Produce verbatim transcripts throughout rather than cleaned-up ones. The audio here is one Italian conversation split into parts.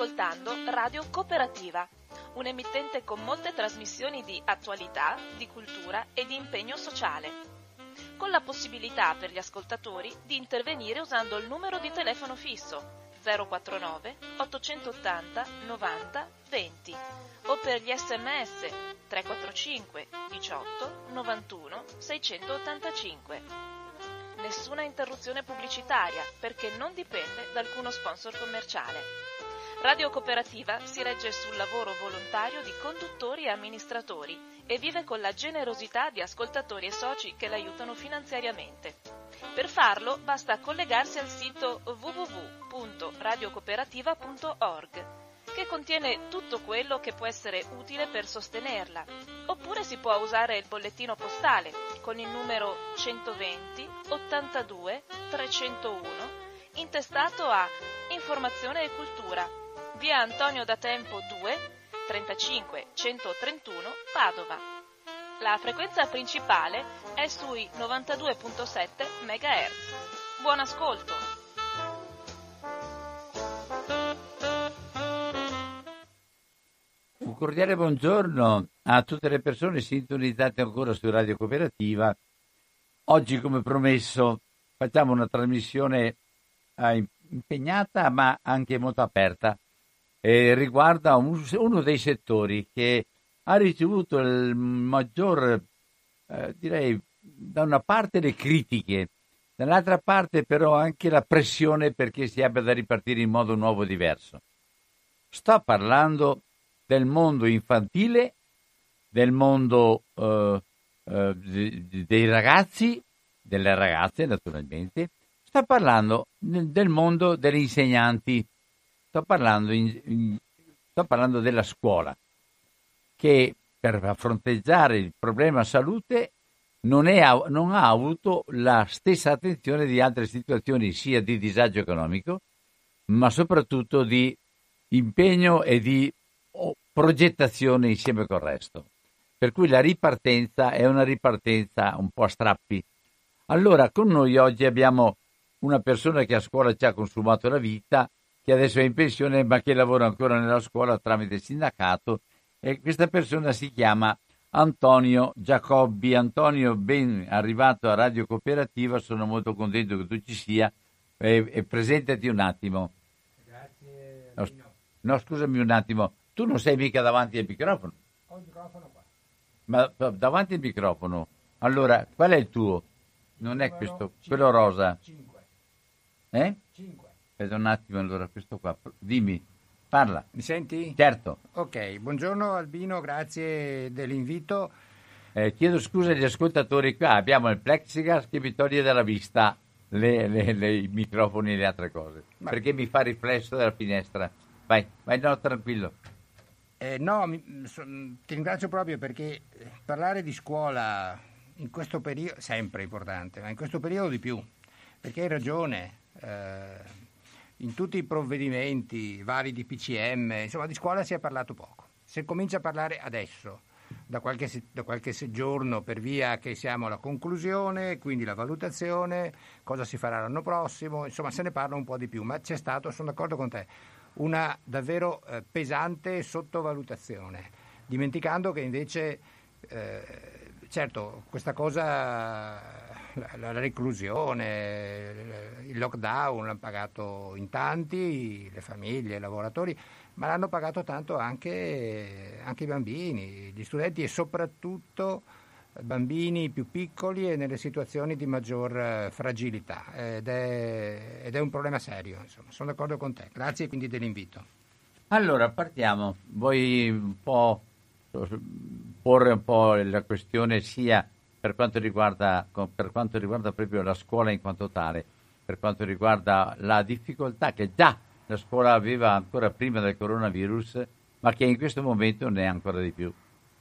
ascoltando Radio Cooperativa, un emittente con molte trasmissioni di attualità, di cultura e di impegno sociale, con la possibilità per gli ascoltatori di intervenire usando il numero di telefono fisso zero quattro nove ottocentottanta novanta venti o per gli sms tre quattro cinque diciotto novantuno seicentottantacinque. Nessuna interruzione pubblicitaria perché non dipende da alcuno sponsor commerciale. Radio Cooperativa si regge sul lavoro volontario di conduttori e amministratori e vive con la generosità di ascoltatori e soci che l'aiutano finanziariamente. Per farlo basta collegarsi al sito w w w punto radiocooperativa punto org, che contiene tutto quello che può essere utile per sostenerla, oppure si può usare il bollettino postale con il numero centoventi ottantadue trecentouno intestato a Informazione e Cultura, via Antonio da Tempo due, trentacinque centotrentuno Padova. La frequenza principale è sui novantadue virgola sette megahertz. Buon ascolto! Un cordiale buongiorno a tutte le persone sintonizzate ancora su Radio Cooperativa. Oggi, come promesso, facciamo una trasmissione eh, impegnata ma anche molto aperta. E riguarda un, uno dei settori che ha ricevuto il maggior, eh, direi, da una parte le critiche, dall'altra parte però anche la pressione perché si abbia da ripartire in modo nuovo e diverso. Sto parlando del mondo infantile, del mondo eh, eh, dei ragazzi, delle ragazze naturalmente, sto parlando del mondo degli insegnanti, sto parlando, in, in, sto parlando della scuola, che per fronteggiare il problema salute non, è, non ha avuto la stessa attenzione di altre situazioni, sia di disagio economico, ma soprattutto di impegno e di progettazione insieme col resto. Per cui la ripartenza è una ripartenza un po' a strappi. Allora, con noi oggi abbiamo una persona che a scuola ci ha consumato la vita, che adesso è in pensione, ma che lavora ancora nella scuola tramite il sindacato, e questa persona si chiama Antonio Giacobbi. Antonio, ben arrivato a Radio Cooperativa, sono molto contento che tu ci sia, e, e presentati un attimo. Grazie. No, no, scusami un attimo, tu non sei mica davanti al microfono? Ho il microfono qua. Ma davanti al microfono. Allora, qual è il tuo? Non è questo, quello rosa. cinque. Eh? cinque. Aspetta un attimo, allora, questo qua. Dimmi, parla. Mi senti? Certo. Ok, buongiorno Albino, grazie dell'invito. Eh, chiedo scusa agli ascoltatori, qua abbiamo il plexiglass che mi toglie dalla vista le, le, le, i microfoni e le altre cose, Ma... perché mi fa riflesso dalla finestra. Vai, vai, no, tranquillo. Eh, no, mi, so, ti ringrazio proprio perché parlare di scuola in questo periodo è sempre importante, ma in questo periodo di più, perché hai ragione, eh, in tutti i provvedimenti vari di P C M, insomma di scuola si è parlato poco. Se comincia a parlare adesso, da qualche, da qualche giorno, per via che siamo alla conclusione, quindi la valutazione, cosa si farà l'anno prossimo, insomma se ne parla un po' di più, ma c'è stato, sono d'accordo con te, una davvero eh, pesante sottovalutazione, dimenticando che invece, eh, certo, questa cosa, la, la reclusione, il lockdown l'hanno pagato in tanti, le famiglie, i lavoratori, ma l'hanno pagato tanto anche, anche i bambini, gli studenti e soprattutto bambini più piccoli e nelle situazioni di maggior fragilità, ed è, ed è un problema serio, insomma. Sono d'accordo con te, grazie quindi dell'invito. Allora partiamo, vuoi un po' porre un po' la questione sia per quanto riguarda per quanto riguarda proprio la scuola in quanto tale, per quanto riguarda la difficoltà che già la scuola aveva ancora prima del coronavirus, ma che in questo momento ne è ancora di più.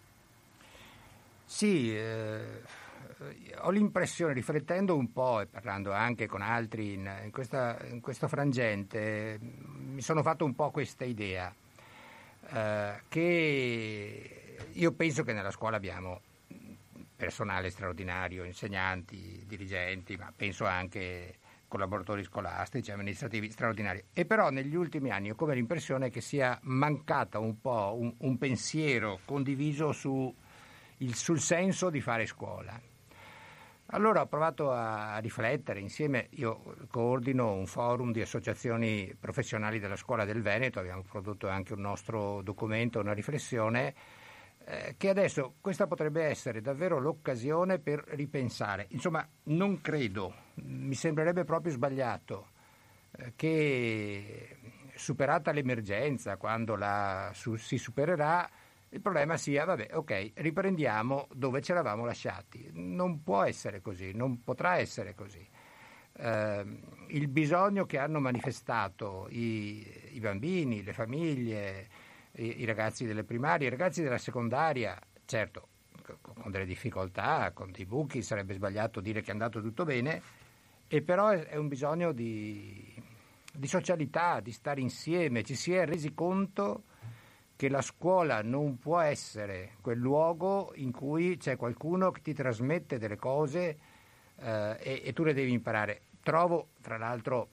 Sì, eh, ho l'impressione, riflettendo un po' e parlando anche con altri in, in, questa, in questo frangente, mi sono fatto un po' questa idea, eh, che io penso che nella scuola abbiamo personale straordinario, insegnanti, dirigenti, ma penso anche collaboratori scolastici, amministrativi straordinari. E però negli ultimi anni ho come l'impressione che sia mancata un po' un, un pensiero condiviso su il, sul senso di fare scuola. Allora ho provato a riflettere insieme, io coordino un forum di associazioni professionali della scuola del Veneto, abbiamo prodotto anche un nostro documento, una riflessione, eh, che adesso questa potrebbe essere davvero l'occasione per ripensare. Insomma, non credo, mi sembrerebbe proprio sbagliato eh, che superata l'emergenza, quando la su, si supererà, il problema sia, vabbè, ok, riprendiamo dove ci eravamo lasciati. Non può essere così, non potrà essere così. Eh, il bisogno che hanno manifestato i, i bambini, le famiglie, i, i ragazzi delle primarie, i ragazzi della secondaria, certo, con delle difficoltà, con dei buchi, sarebbe sbagliato dire che è andato tutto bene, e però è, è un bisogno di, di socialità, di stare insieme. Ci si è resi conto che la scuola non può essere quel luogo in cui c'è qualcuno che ti trasmette delle cose eh, e, e tu le devi imparare. Trovo, tra l'altro,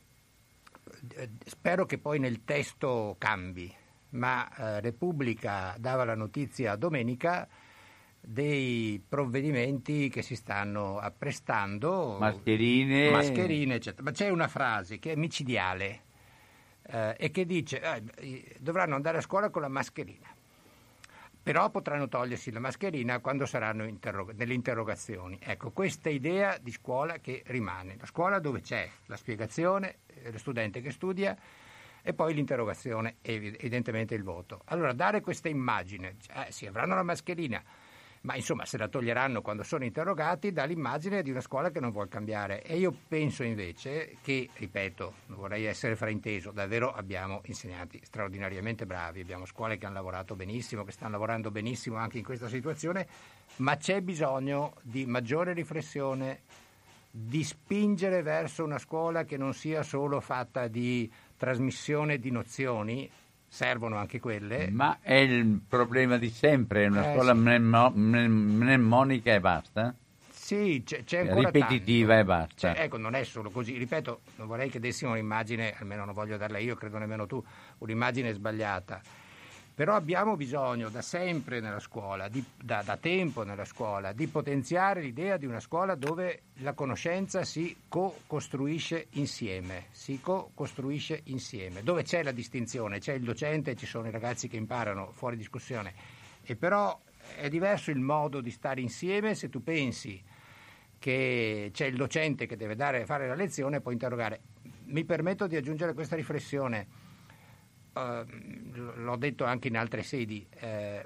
eh, spero che poi nel testo cambi, ma eh, Repubblica dava la notizia domenica dei provvedimenti che si stanno apprestando, mascherine, mascherine eccetera. Ma c'è una frase che è micidiale, Eh, e che dice eh, dovranno andare a scuola con la mascherina, però potranno togliersi la mascherina quando saranno interrog- nelle interrogazioni. Ecco, questa idea di scuola che rimane, la scuola dove c'è la spiegazione, lo studente che studia e poi l'interrogazione e evidentemente il voto. Allora dare questa immagine, eh, sì, avranno la mascherina, ma insomma se la toglieranno quando sono interrogati, dà l'immagine di una scuola che non vuol cambiare. E io penso invece che, ripeto, non vorrei essere frainteso, davvero abbiamo insegnanti straordinariamente bravi, abbiamo scuole che hanno lavorato benissimo, che stanno lavorando benissimo anche in questa situazione, ma c'è bisogno di maggiore riflessione, di spingere verso una scuola che non sia solo fatta di trasmissione di nozioni. Servono anche quelle. Ma è il problema di sempre, è una eh, scuola sì. mnemmo- mnemmonica e basta? Sì, c'è, c'è ancora ripetitiva tanto. e basta. Cioè, ecco, non è solo così. Ripeto, non vorrei che dessimo un'immagine, almeno non voglio darla io, credo nemmeno tu, un'immagine sbagliata. Però abbiamo bisogno da sempre nella scuola, di, da, da tempo nella scuola, di potenziare l'idea di una scuola dove la conoscenza si co-costruisce insieme, si co-costruisce insieme, dove c'è la distinzione, c'è il docente, ci sono i ragazzi che imparano, fuori discussione, e però è diverso il modo di stare insieme se tu pensi che c'è il docente che deve dare, fare la lezione e poi interrogare. Mi permetto di aggiungere questa riflessione. Uh, l'ho detto anche in altre sedi, eh,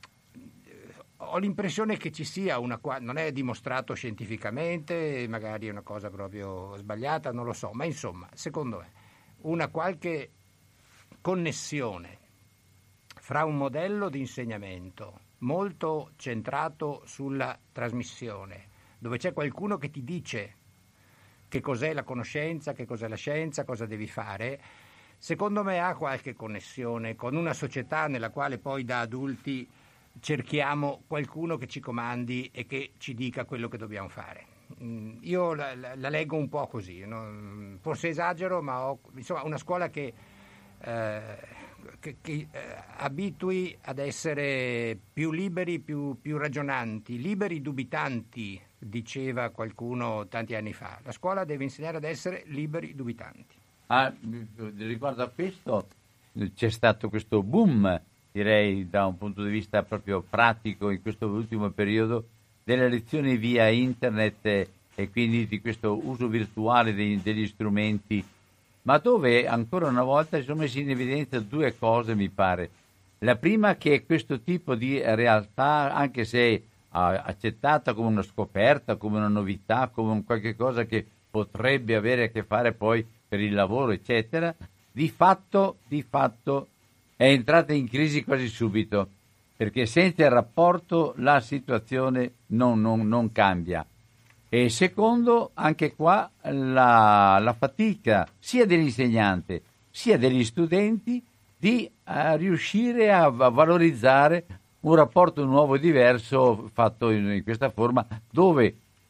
ho l'impressione che ci sia una, non è dimostrato scientificamente, magari è una cosa proprio sbagliata, non lo so, ma insomma, secondo me, una qualche connessione fra un modello di insegnamento molto centrato sulla trasmissione, dove c'è qualcuno che ti dice che cos'è la conoscenza, che cos'è la scienza, cosa devi fare. Secondo me ha qualche connessione con una società nella quale poi da adulti cerchiamo qualcuno che ci comandi e che ci dica quello che dobbiamo fare. Io la, la, la leggo un po' così, no? Forse esagero, ma ho insomma una scuola che, eh, che, che eh, abitui ad essere più liberi, più, più ragionanti, liberi dubitanti, diceva qualcuno tanti anni fa. La scuola deve insegnare ad essere liberi dubitanti. Ah, riguardo a questo c'è stato questo boom, direi da un punto di vista proprio pratico in questo ultimo periodo, delle lezioni via internet e, e quindi di questo uso virtuale dei, degli strumenti, ma dove ancora una volta si sono messi in evidenza due cose, mi pare. La prima, che questo tipo di realtà, anche se accettata come una scoperta, come una novità, come un qualche cosa che potrebbe avere a che fare poi per il lavoro, eccetera, di fatto, di fatto è entrata in crisi quasi subito, perché senza il rapporto la situazione non, non, non cambia. E secondo, anche qua, la, la fatica sia dell'insegnante sia degli studenti di uh, riuscire a, a valorizzare un rapporto nuovo e diverso fatto in, in questa forma, dove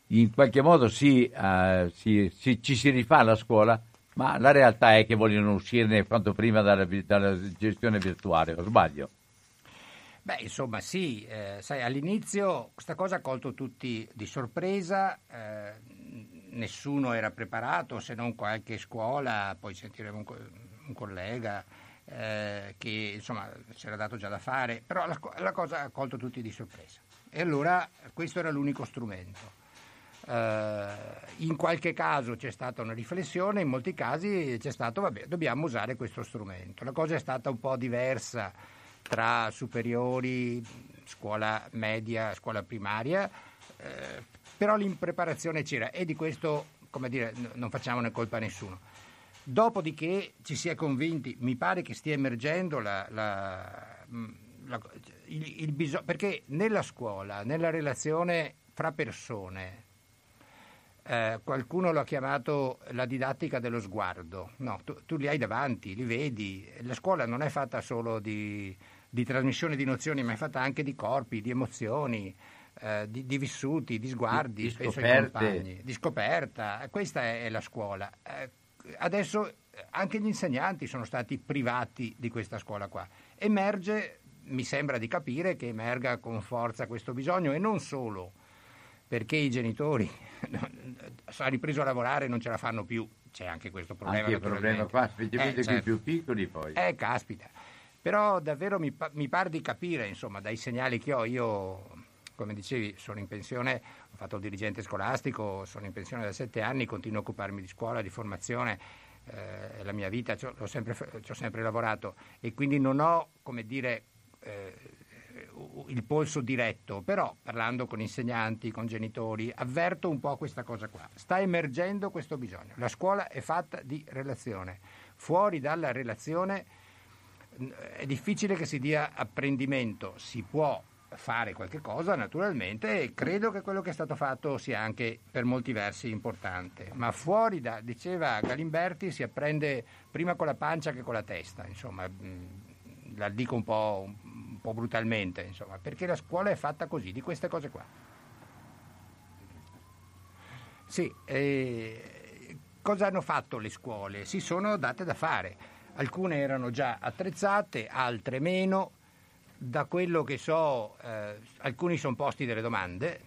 in qualche modo si, uh, si, si, ci si rifà alla scuola, ma la realtà è che vogliono uscirne quanto prima dalla, dalla gestione virtuale, o sbaglio? Beh, insomma, sì, eh, sai, all'inizio questa cosa ha colto tutti di sorpresa, eh, nessuno era preparato, se non qualche scuola, poi sentiremo un, un collega eh, che insomma si era dato già da fare, però la, la cosa ha colto tutti di sorpresa. E allora questo era l'unico strumento. Eh, in qualche caso c'è stata una riflessione, in molti casi c'è stato, vabbè, dobbiamo usare questo strumento. La cosa è stata un po' diversa tra superiori, scuola media, scuola primaria, eh, però l'impreparazione c'era e di questo, come dire, n- non facciamone colpa a nessuno. Dopodiché ci si è convinti, mi pare che stia emergendo la, la, la, il, il bisogno, perché nella scuola, nella relazione fra persone, eh, qualcuno lo ha chiamato la didattica dello sguardo, no, tu, tu li hai davanti, li vedi, la scuola non è fatta solo di di trasmissione di nozioni, ma è fatta anche di corpi, di emozioni, eh, di, di vissuti, di sguardi, di, di penso scoperte. ai compagni, di scoperta. Questa è, è la scuola. Eh, adesso anche gli insegnanti sono stati privati di questa scuola qua. Emerge, mi sembra di capire che emerga con forza questo bisogno, e non solo perché i genitori hanno ripreso a lavorare e non ce la fanno più. C'è anche questo problema. Anche il problema qua, specialmente eh, certo. con i più piccoli poi. Eh, caspita. Però davvero mi, mi pare di capire, insomma, dai segnali che ho, io, come dicevi, sono in pensione, ho fatto il dirigente scolastico, sono in pensione da sette anni, continuo a occuparmi di scuola, di formazione, eh, la mia vita, ci ho, ho, sempre, ci ho sempre lavorato e quindi non ho, come dire, eh, il polso diretto, però parlando con insegnanti, con genitori, avverto un po' questa cosa qua. Sta emergendo questo bisogno. La scuola è fatta di relazione. Fuori dalla relazione è difficile che si dia apprendimento, si può fare qualche cosa naturalmente e credo che quello che è stato fatto sia anche per molti versi importante, ma fuori da, diceva Galimberti, si apprende prima con la pancia che con la testa, insomma, la dico un po', un po' brutalmente, insomma, perché la scuola è fatta così, di queste cose qua. Sì, eh, cosa hanno fatto le scuole? Si sono date da fare. Alcune erano già attrezzate, altre meno. Da quello che so, eh, alcuni sono posti delle domande.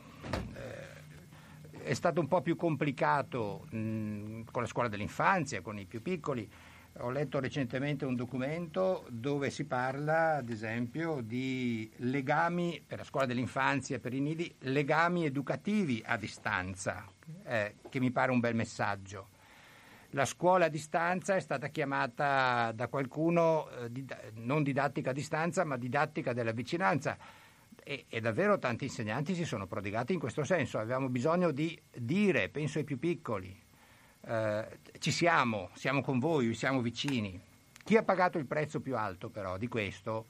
Eh, è stato un po' più complicato mh, con la scuola dell'infanzia, con i più piccoli. Ho letto recentemente un documento dove si parla, ad esempio, di legami, per la scuola dell'infanzia e per i nidi, legami educativi a distanza, eh, che mi pare un bel messaggio. La scuola a distanza è stata chiamata da qualcuno eh, di, non didattica a distanza, ma didattica della vicinanza e, e davvero tanti insegnanti si sono prodigati in questo senso. Avevamo bisogno di dire, penso ai più piccoli, eh, ci siamo, siamo con voi, vi siamo vicini. Chi ha pagato il prezzo più alto però di questo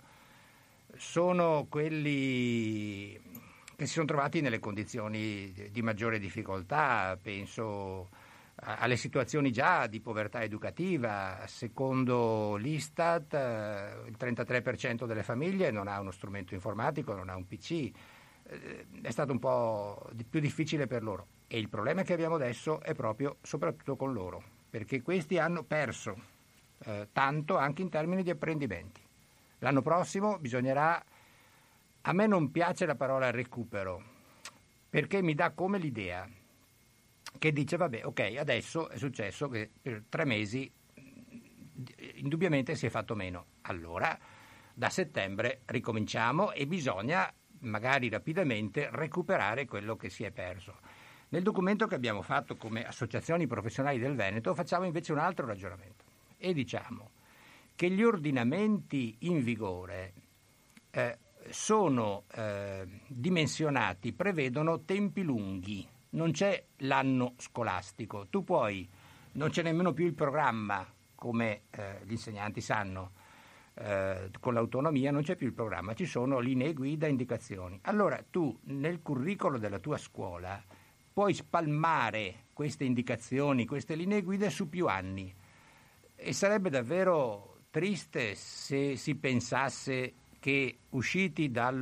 sono quelli che si sono trovati nelle condizioni di maggiore difficoltà, penso alle situazioni già di povertà educativa. Secondo l'Istat il trentatré per cento delle famiglie non ha uno strumento informatico, non ha un P C, è stato un po' più difficile per loro e il problema che abbiamo adesso è proprio soprattutto con loro, perché questi hanno perso eh, tanto anche in termini di apprendimenti. L'anno prossimo bisognerà, a me non piace la parola recupero perché mi dà come l'idea che dice vabbè, ok, adesso è successo che per tre mesi indubbiamente si è fatto meno, allora da settembre ricominciamo e bisogna magari rapidamente recuperare quello che si è perso. Nel documento che abbiamo fatto come associazioni professionali del Veneto facciamo invece un altro ragionamento e diciamo che gli ordinamenti in vigore eh, sono eh, dimensionati, prevedono tempi lunghi. Non c'è l'anno scolastico, tu puoi, non c'è nemmeno più il programma, come eh, gli insegnanti sanno, eh, con l'autonomia non c'è più il programma, ci sono linee guida, indicazioni. Allora tu nel curriculum della tua scuola puoi spalmare queste indicazioni, queste linee guida su più anni e sarebbe davvero triste se si pensasse che usciti dallo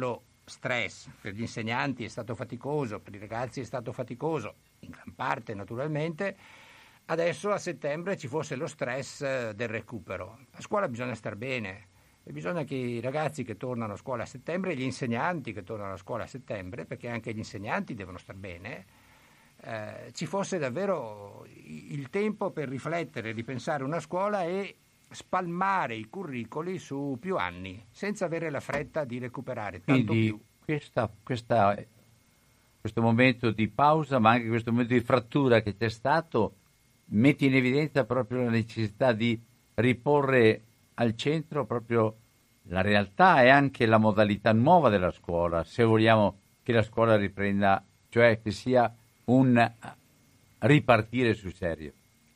stress, per gli insegnanti è stato faticoso, per i ragazzi è stato faticoso, in gran parte naturalmente, adesso a settembre ci fosse lo stress del recupero. A scuola bisogna star bene, e bisogna che i ragazzi che tornano a scuola a settembre, gli insegnanti che tornano a scuola a settembre, perché anche gli insegnanti devono star bene, eh, ci fosse davvero il tempo per riflettere, ripensare una scuola e spalmare i curricoli su più anni, senza avere la fretta di recuperare tanto Quindi più. Questa, questa, questo momento di pausa, ma anche questo momento di frattura che c'è stato, mette in evidenza proprio la necessità di riporre al centro proprio la realtà e anche la modalità nuova della scuola, se vogliamo che la scuola riprenda, cioè che sia un ripartire sul serio.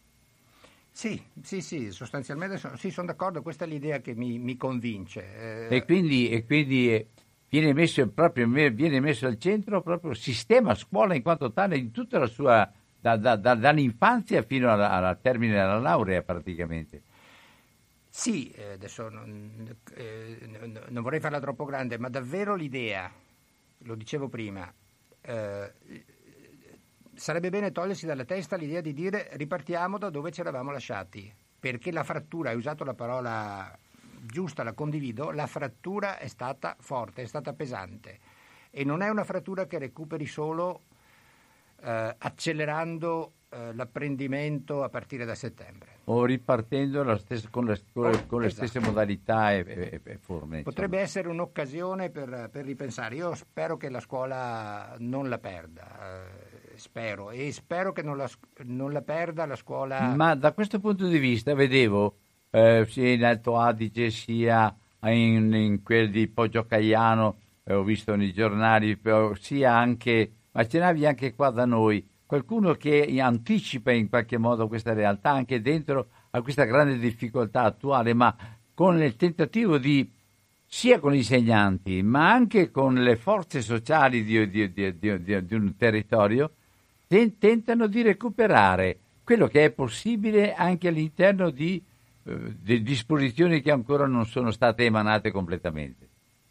Sì, sì, sì, sostanzialmente sono, sì, sono d'accordo, questa è l'idea che mi, mi convince. Eh, e quindi, e quindi viene, messo proprio, viene messo al centro proprio il sistema scuola in quanto tale, in tutta la sua, da, da, da, dall'infanzia fino al termine della laurea praticamente. Sì, adesso non, eh, non vorrei farla troppo grande, ma davvero l'idea, lo dicevo prima, eh, sarebbe bene togliersi dalla testa l'idea di dire ripartiamo da dove ci eravamo lasciati, perché la frattura, hai usato la parola giusta, la condivido, la frattura è stata forte, è stata pesante e non è una frattura che recuperi solo eh, accelerando eh, l'apprendimento a partire da settembre. O ripartendo la stessa, con, le, con, le, con le esatto. stesse modalità e, e, e forme. Potrebbe insomma. essere un'occasione per, per ripensare. Io spero che la scuola non la perda, eh, spero, e spero che non la, non la perda la scuola. Ma da questo punto di vista vedevo eh, sia in Alto Adige sia in, in quel di Poggio Caiano, eh, ho visto nei giornali, sia anche, ma ce n'avevi anche qua da noi, qualcuno che anticipa in qualche modo questa realtà anche dentro a questa grande difficoltà attuale, ma con il tentativo di, sia con gli insegnanti, ma anche con le forze sociali di, di, di, di, di, di un territorio, tentano di recuperare quello che è possibile anche all'interno di, eh, di disposizioni che ancora non sono state emanate completamente.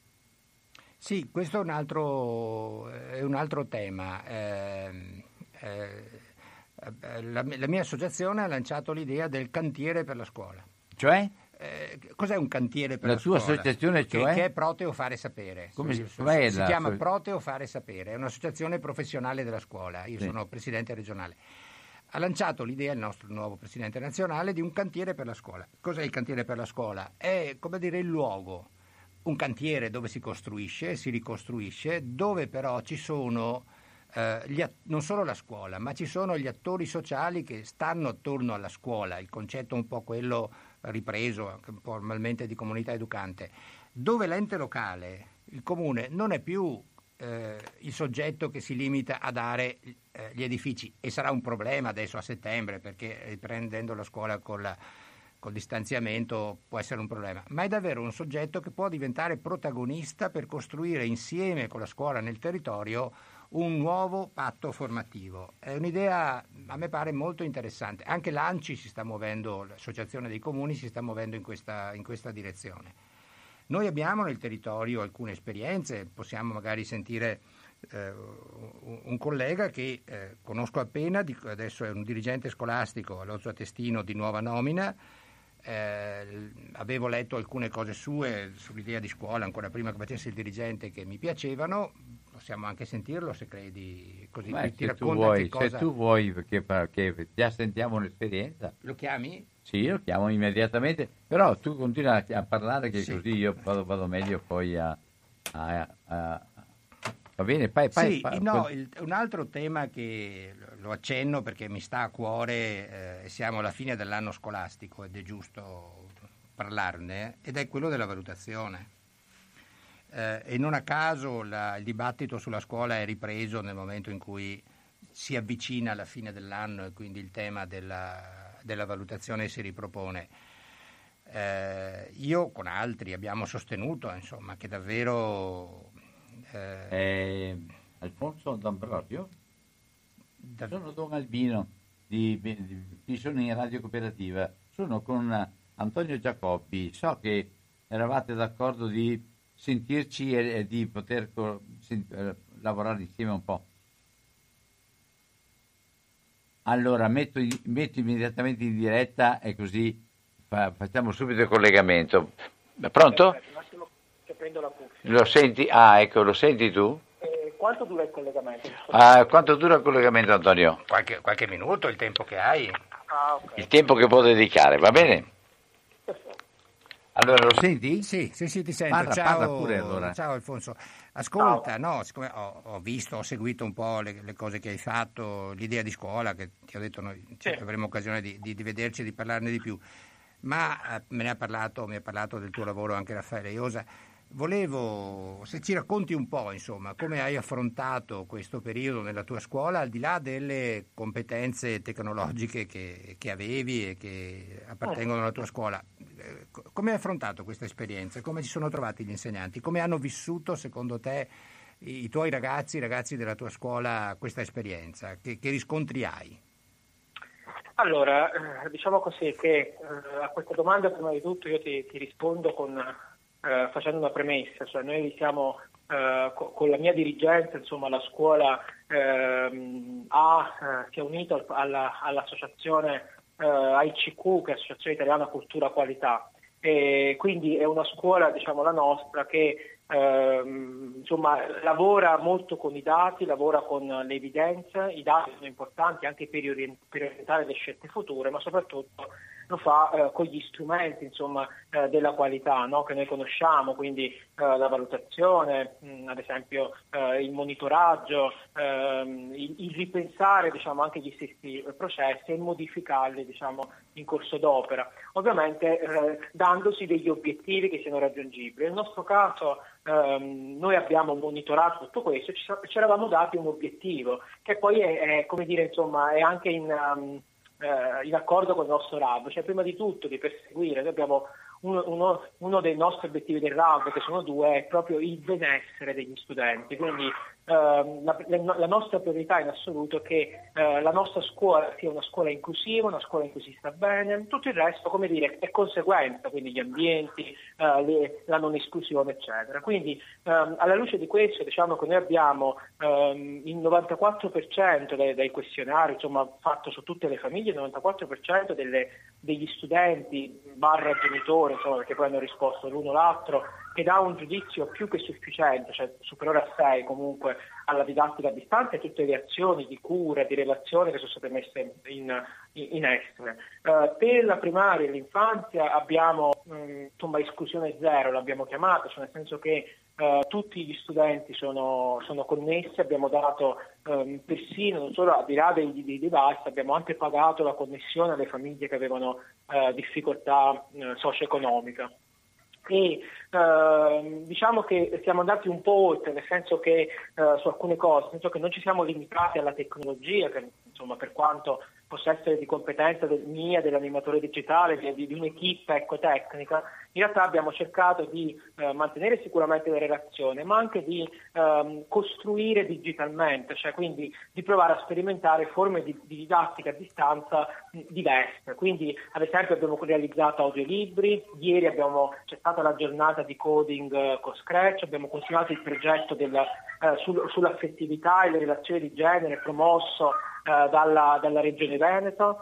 Sì, questo è un altro, è un altro tema. Eh, eh, la, la mia associazione ha lanciato l'idea del cantiere per la scuola. Cioè? Eh, cos'è un cantiere per la, la tua scuola? associazione, cioè? Che, che è Proteo Fare Sapere. Come si, si, si, si la... chiama Proteo Fare Sapere, è un'associazione professionale della scuola. Io sì. sono presidente regionale. Ha lanciato l'idea, il nostro nuovo presidente nazionale, di un cantiere per la scuola. Cos'è il cantiere per la scuola? È, come dire, il luogo, un cantiere dove si costruisce, si ricostruisce, dove però ci sono eh, gli att- non solo la scuola, ma ci sono gli attori sociali che stanno attorno alla scuola, il concetto è un po' quello ripreso formalmente di comunità educante, dove l'ente locale, il comune, non è più eh, il soggetto che si limita a dare eh, gli edifici, e sarà un problema adesso a settembre, perché riprendendo la scuola con la col distanziamento può essere un problema, ma è davvero un soggetto che può diventare protagonista per costruire insieme con la scuola nel territorio un nuovo patto formativo. È un'idea, a me pare, molto interessante. Anche l'ANCI si sta muovendo, l'Associazione dei Comuni si sta muovendo in questa, in questa direzione. Noi abbiamo nel territorio alcune esperienze, possiamo magari sentire eh, un collega che eh, conosco appena, di, adesso è un dirigente scolastico allo Zoatestino di nuova nomina. Eh, avevo letto alcune cose sue sull'idea di scuola ancora prima che facesse il dirigente che mi piacevano, possiamo anche sentirlo se credi, così Beh, ti se tu racconta vuoi, che cosa... se tu vuoi perché, perché già sentiamo un'esperienza. Lo chiami? Sì, lo chiamo immediatamente, però tu continua a parlare che sì. così io vado, vado meglio poi a, a, a... Va bene, poi, poi, sì, poi, no, poi... il, un altro tema che lo accenno perché mi sta a cuore, eh, siamo alla fine dell'anno scolastico ed è giusto parlarne, ed è quello della valutazione. Eh, e non a caso la, il dibattito sulla scuola è ripreso nel momento in cui si avvicina alla fine dell'anno e quindi il tema della, della valutazione si ripropone. Eh, io con altri abbiamo sostenuto, insomma, che davvero... Eh, eh, Alfonso D'Ambrosio? Da... Sono Don Albino, di, di, di, sono in Radio Cooperativa, sono con Antonio Giacoppi, so che eravate d'accordo di sentirci e, e di poter co- sen- eh, lavorare insieme un po'. Allora, metto, i- metto immediatamente in diretta e così fa- facciamo subito il collegamento. Pronto? Perfetto, un attimo che prendo la cuffia. Lo senti? Ah, ecco, lo senti tu? Eh, quanto dura il collegamento? Ah, quanto dura il collegamento, Antonio? Qualche, qualche minuto, il tempo che hai. Ah, ok. Il tempo che può dedicare, va bene? Perfetto. Allora, lo senti? Sì, sì, sì, ti sento. Parla, ciao, parla pure, allora. ciao Alfonso. Ascolta, no, siccome ho, ho visto, ho seguito un po' le, le cose che hai fatto, l'idea di scuola, che ti ho detto noi cioè, Sì. avremo occasione di, di, di vederci e di parlarne di più, ma eh, me ne ha parlato, mi ha parlato del tuo lavoro anche Raffaele Iosa. Volevo, se ci racconti un po', insomma, come hai affrontato questo periodo nella tua scuola, al di là delle competenze tecnologiche che, che avevi e che appartengono alla tua scuola. Eh, co- Come hai affrontato questa esperienza? Come si sono trovati gli insegnanti? Come hanno vissuto, secondo te, i, i tuoi ragazzi, i ragazzi della tua scuola, questa esperienza? Che, che riscontri hai? Allora, eh, diciamo così che eh, a questa domanda prima di tutto io ti, ti rispondo con, eh, facendo una premessa, cioè noi siamo eh, co- con la mia dirigenza, insomma la scuola ehm, ha, eh, si è unita al- alla- all'associazione eh, A I C Q, che è l'Associazione Italiana Cultura Qualità, e quindi è una scuola, diciamo la nostra, che ehm, insomma lavora molto con i dati, lavora con le evidenze. I dati sono importanti anche per, orient- per orientare le scelte future, ma soprattutto lo fa eh, con gli strumenti, insomma, eh, della qualità, no? Che noi conosciamo, quindi eh, la valutazione, mh, ad esempio eh, il monitoraggio, ehm, il, il ripensare, diciamo, anche gli stessi processi e modificarli, diciamo, in corso d'opera, ovviamente eh, dandosi degli obiettivi che siano raggiungibili. Nel nostro caso ehm, noi abbiamo monitorato tutto questo e ci, ci eravamo dati un obiettivo che poi è, è come dire, insomma, è anche in, um, eh, in accordo con il nostro R A B, cioè prima di tutto di perseguire, noi abbiamo uno, uno, uno dei nostri obiettivi del R A B, che sono due, è proprio il benessere degli studenti, quindi ehm, la, la nostra priorità in assoluto è che eh, la nostra scuola sia una scuola inclusiva, una scuola in cui si sta bene, tutto il resto, come dire, è conseguenza, quindi gli ambienti, eh, le, la non esclusione, eccetera. Quindi ehm, alla luce di questo diciamo che noi abbiamo ehm, il novantaquattro per cento dei, dei questionari, insomma, fatto su tutte le famiglie, il novantaquattro per cento delle, degli studenti barra genitori, insomma, perché poi hanno risposto l'uno o l'altro, che dà un giudizio più che sufficiente, cioè superiore a sei comunque, alla didattica a distanza e tutte le azioni di cura, di relazione che sono state messe in, in, in essere. Uh, per la primaria e l'infanzia abbiamo mh, insomma esclusione zero, l'abbiamo chiamata, cioè nel senso che Uh, tutti gli studenti sono, sono connessi, abbiamo dato um, persino, non solo al di là dei, dei device, abbiamo anche pagato la connessione alle famiglie che avevano uh, difficoltà uh, socio-economica. E uh, diciamo che siamo andati un po' oltre, nel senso che uh, su alcune cose, nel senso che non ci siamo limitati alla tecnologia, che insomma per quanto possa essere di competenza del, mia, dell'animatore digitale, di, di un'equipe ecco, tecnica, in realtà abbiamo cercato di eh, mantenere sicuramente le relazioni, ma anche di ehm, costruire digitalmente, cioè quindi di provare a sperimentare forme di, di didattica a distanza mh, diverse. Quindi ad esempio abbiamo realizzato audiolibri, ieri abbiamo, c'è stata la giornata di coding eh, con Scratch, abbiamo continuato il progetto della, eh, sul, sull'affettività e le relazioni di genere promosso Uh, dalla, dalla Regione Veneto.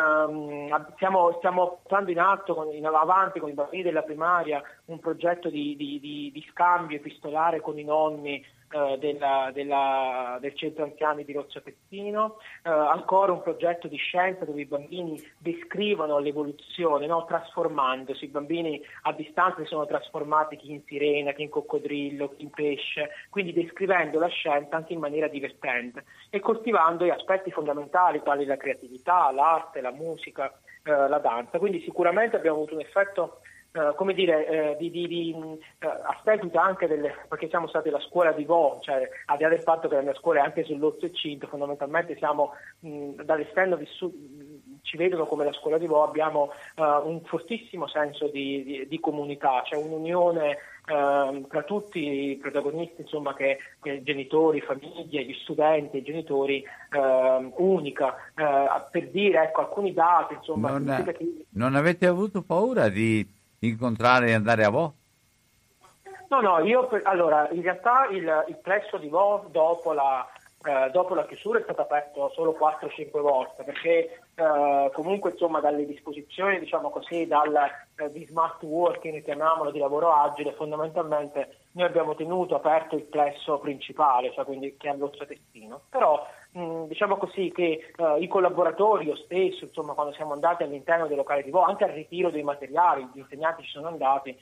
Um, stiamo, stiamo portando in atto, con, in avanti con i bambini della primaria, un progetto di, di, di, di scambio epistolare con i nonni uh, della, della, del centro anziani di Rozzo Pezzino, uh, ancora un progetto di scienza dove i bambini descrivono l'evoluzione, no? Trasformandosi. I bambini a distanza si sono trasformati chi in sirena, chi in coccodrillo, chi in pesce, quindi descrivendo la scienza anche in maniera divertente e coltivando gli aspetti fondamentali quali la creatività, l'arte, la musica, eh, la danza. Quindi sicuramente abbiamo avuto un effetto, eh, come dire, eh, di, di, di eh, a seguito anche delle, perché siamo stati la scuola di Vo, cioè al di là del fatto che la mia scuola è anche sull'Orso e Cinto, fondamentalmente siamo mh, dall'esterno vissuti, ci vedono come la scuola di Vo, abbiamo uh, un fortissimo senso di, di, di comunità, c'è cioè un'unione uh, tra tutti i protagonisti, insomma, che, che genitori, famiglie, gli studenti, i genitori, uh, unica, uh, per dire ecco alcuni dati, insomma. Non, che... non avete avuto paura di incontrare e andare a Vo? No, no, io per, allora in realtà il, il plesso di Vo dopo la, eh, dopo la chiusura è stato aperto solo quattro cinque volte, perché eh, comunque insomma dalle disposizioni, diciamo così, dal eh, di smart working, chiamiamolo, di lavoro agile, fondamentalmente noi abbiamo tenuto aperto il plesso principale, cioè quindi che è all'Ozzo Testino. Però mh, diciamo così che eh, i collaboratori, io stesso, insomma, quando siamo andati all'interno del locale di Vo, anche al ritiro dei materiali, gli insegnanti ci sono andati,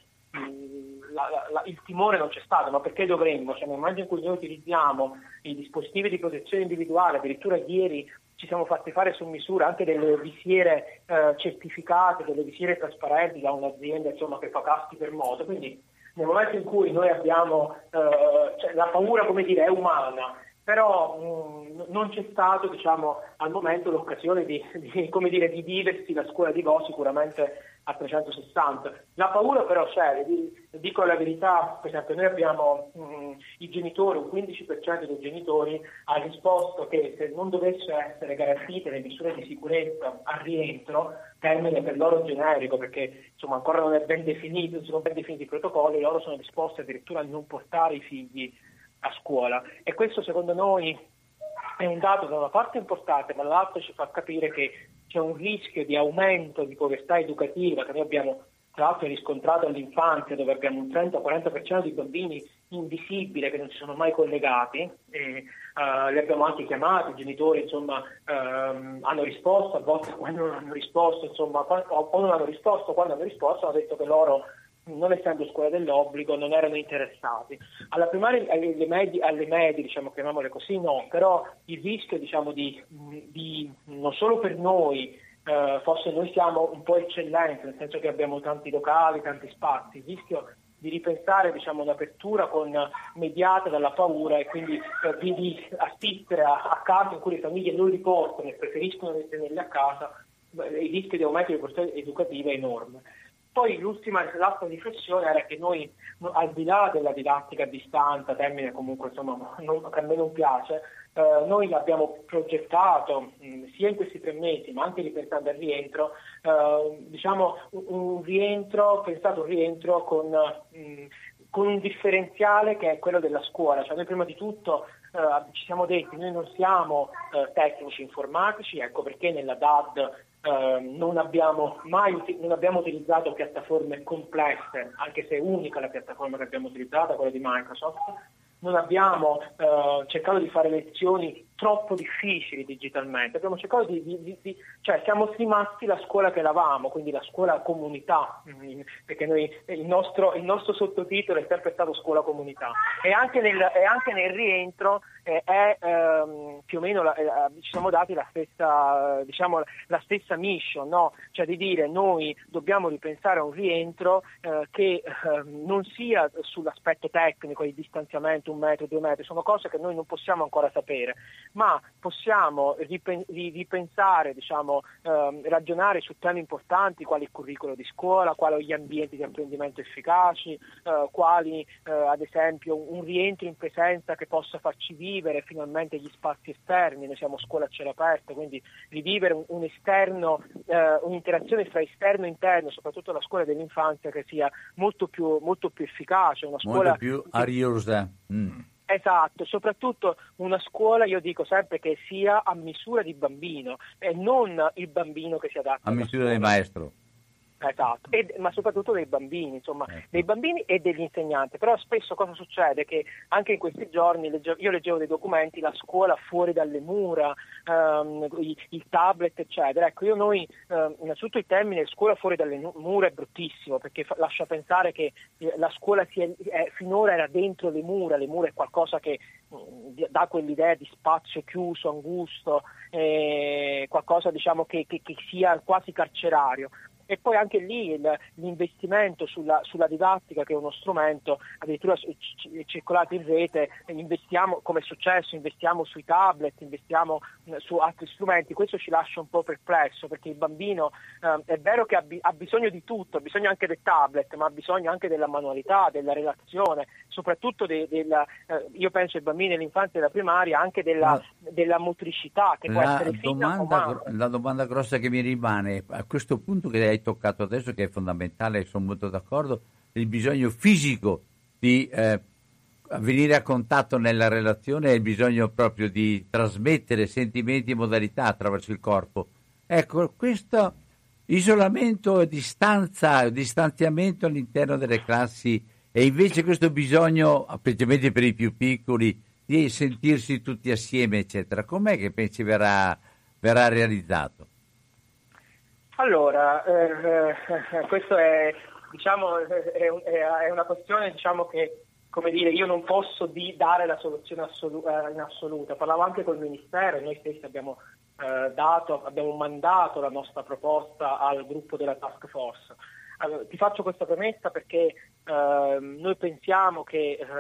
La, la, la, il timore non c'è stato, ma perché dovremmo? Cioè, nel momento in cui noi utilizziamo i dispositivi di protezione individuale, addirittura ieri ci siamo fatti fare su misura anche delle visiere eh, certificate, delle visiere trasparenti da un'azienda, insomma, che fa caschi per moto, quindi nel momento in cui noi abbiamo eh, cioè, la paura, come dire, è umana, però mh, non c'è stato, diciamo, al momento l'occasione di, di, come dire, di viversi la scuola di Vo sicuramente a trecentosessanta. La paura però c'è, dico la verità, per esempio noi abbiamo mh, i genitori, un quindici per cento dei genitori ha risposto che se non dovessero essere garantite le misure di sicurezza al rientro, termine per loro generico, perché insomma ancora non è ben definito, non sono ben definiti i protocolli, loro sono disposti addirittura a non portare i figli a scuola, e questo secondo noi è un dato da una parte importante, ma dall'altro ci fa capire che c'è un rischio di aumento di povertà educativa che noi abbiamo tra l'altro riscontrato all'infanzia, dove abbiamo un trenta quaranta per cento di bambini invisibili che non si sono mai collegati, e uh, li abbiamo anche chiamati, i genitori insomma um, hanno risposto, a volte quando non hanno risposto, insomma, o non hanno risposto, quando hanno risposto hanno detto che loro, non essendo scuola dell'obbligo, non erano interessati. Alla primaria, alle medie, alle medie diciamo, chiamiamole così, no, però il rischio, diciamo, di, di non solo per noi, eh, forse noi siamo un po' eccellenti, nel senso che abbiamo tanti locali, tanti spazi, il rischio di ripensare, diciamo, un'apertura con, mediata dalla paura, e quindi eh, di, di assistere a, a casi in cui le famiglie non li portano e preferiscono tenerli a casa, il rischio di aumento di povertà educativa è enorme. Poi l'ultima, l'altra riflessione era che noi, al di là della didattica a distanza, termine comunque insomma non, che a me non piace, eh, noi abbiamo progettato mh, sia in questi tre mesi, ma anche ripensando al rientro, eh, diciamo un, un rientro, pensato un rientro con, mh, con un differenziale che è quello della scuola. Cioè noi prima di tutto eh, ci siamo detti, noi non siamo eh, tecnici informatici, ecco perché nella D A D Uh, non abbiamo mai non abbiamo utilizzato piattaforme complesse, anche se è unica la piattaforma che abbiamo utilizzato, quella di Microsoft. Non abbiamo uh, cercato di fare lezioni troppo difficili digitalmente, abbiamo cercato di, di, di, di cioè siamo rimasti la scuola che eravamo, quindi la scuola comunità, perché noi il nostro, il nostro sottotitolo è sempre stato scuola comunità, e anche nel, e anche nel rientro eh, è ehm, più o meno la, eh, ci siamo dati la stessa, diciamo, la stessa mission, no? Cioè di dire noi dobbiamo ripensare a un rientro eh, che eh, non sia sull'aspetto tecnico, il distanziamento un metro, due metri, sono cose che noi non possiamo ancora sapere, ma possiamo ripensare, diciamo, ehm, ragionare su temi importanti quali il curriculum di scuola, quali gli ambienti di apprendimento efficaci, eh, quali eh, ad esempio un rientro in presenza che possa farci vivere finalmente gli spazi esterni. Noi siamo scuola a cielo aperto, quindi rivivere un, un esterno, eh, un'interazione fra esterno e interno, soprattutto la scuola dell'infanzia, che sia molto più, molto più efficace, una scuola molto più ariosa. Mm. Esatto, soprattutto una scuola, io dico sempre, che sia a misura di bambino e non il bambino che si adatta a misura del maestro. Esatto, e, ma soprattutto dei bambini, insomma, ecco. dei bambini e degli insegnanti. Però spesso cosa succede? Che anche in questi giorni legge, io leggevo dei documenti, la scuola fuori dalle mura, um, i, il tablet, eccetera. Ecco, io noi, um, innanzitutto il termine scuola fuori dalle mura è bruttissimo, perché fa, lascia pensare che la scuola si è, è, finora era dentro le mura, le mura è qualcosa che mh, dà quell'idea di spazio chiuso, angusto, eh, qualcosa, diciamo, che, che, che sia quasi carcerario. E poi anche lì il, l'investimento sulla, sulla didattica, che è uno strumento, addirittura è circolato in rete, investiamo, come è successo, investiamo sui tablet, investiamo su altri strumenti. Questo ci lascia un po' perplesso, perché il bambino eh, è vero che ha, ha bisogno di tutto, ha bisogno anche del tablet, ma ha bisogno anche della manualità, della relazione, soprattutto de, della, eh, io penso ai bambini dell'infanzia e della primaria, anche della, ma della motricità, che può la essere fina o domanda, la domanda grossa che mi rimane a questo punto, che hai toccato adesso, che è fondamentale, sono molto d'accordo, il bisogno fisico di eh, venire a contatto nella relazione è il bisogno proprio di trasmettere sentimenti e modalità attraverso il corpo. Ecco, questo isolamento, distanza, distanziamento all'interno delle classi e invece questo bisogno, specialmente per i più piccoli, di sentirsi tutti assieme, eccetera, com'è che pensi verrà, verrà realizzato? Allora, eh, eh, questo è, diciamo, è, è una questione, diciamo, che, come dire, io non posso di dare la soluzione assolu- in assoluta. Parlavo anche col Ministero, noi stessi abbiamo eh, dato, abbiamo mandato la nostra proposta al gruppo della task force. Allora, ti faccio questa premessa perché eh, noi pensiamo che eh,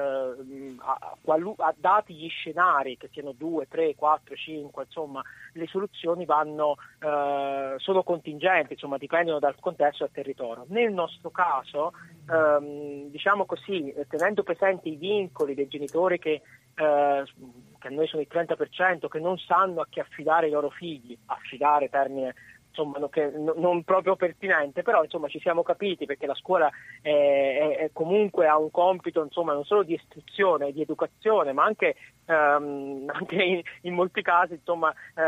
a, qualu- a dati gli scenari, che siano due, tre, quattro, cinque, insomma, le soluzioni vanno, eh, sono contingenti, insomma, dipendono dal contesto e dal territorio. Nel nostro caso, ehm, diciamo così, tenendo presenti i vincoli dei genitori che, eh, che a noi sono il trenta per cento, che non sanno a chi affidare i loro figli, affidare termine insomma no, che, no, non proprio pertinente, però insomma ci siamo capiti, perché la scuola è, è, è comunque ha un compito, insomma, non solo di istruzione, di educazione, ma anche, ehm, anche in, in molti casi, insomma,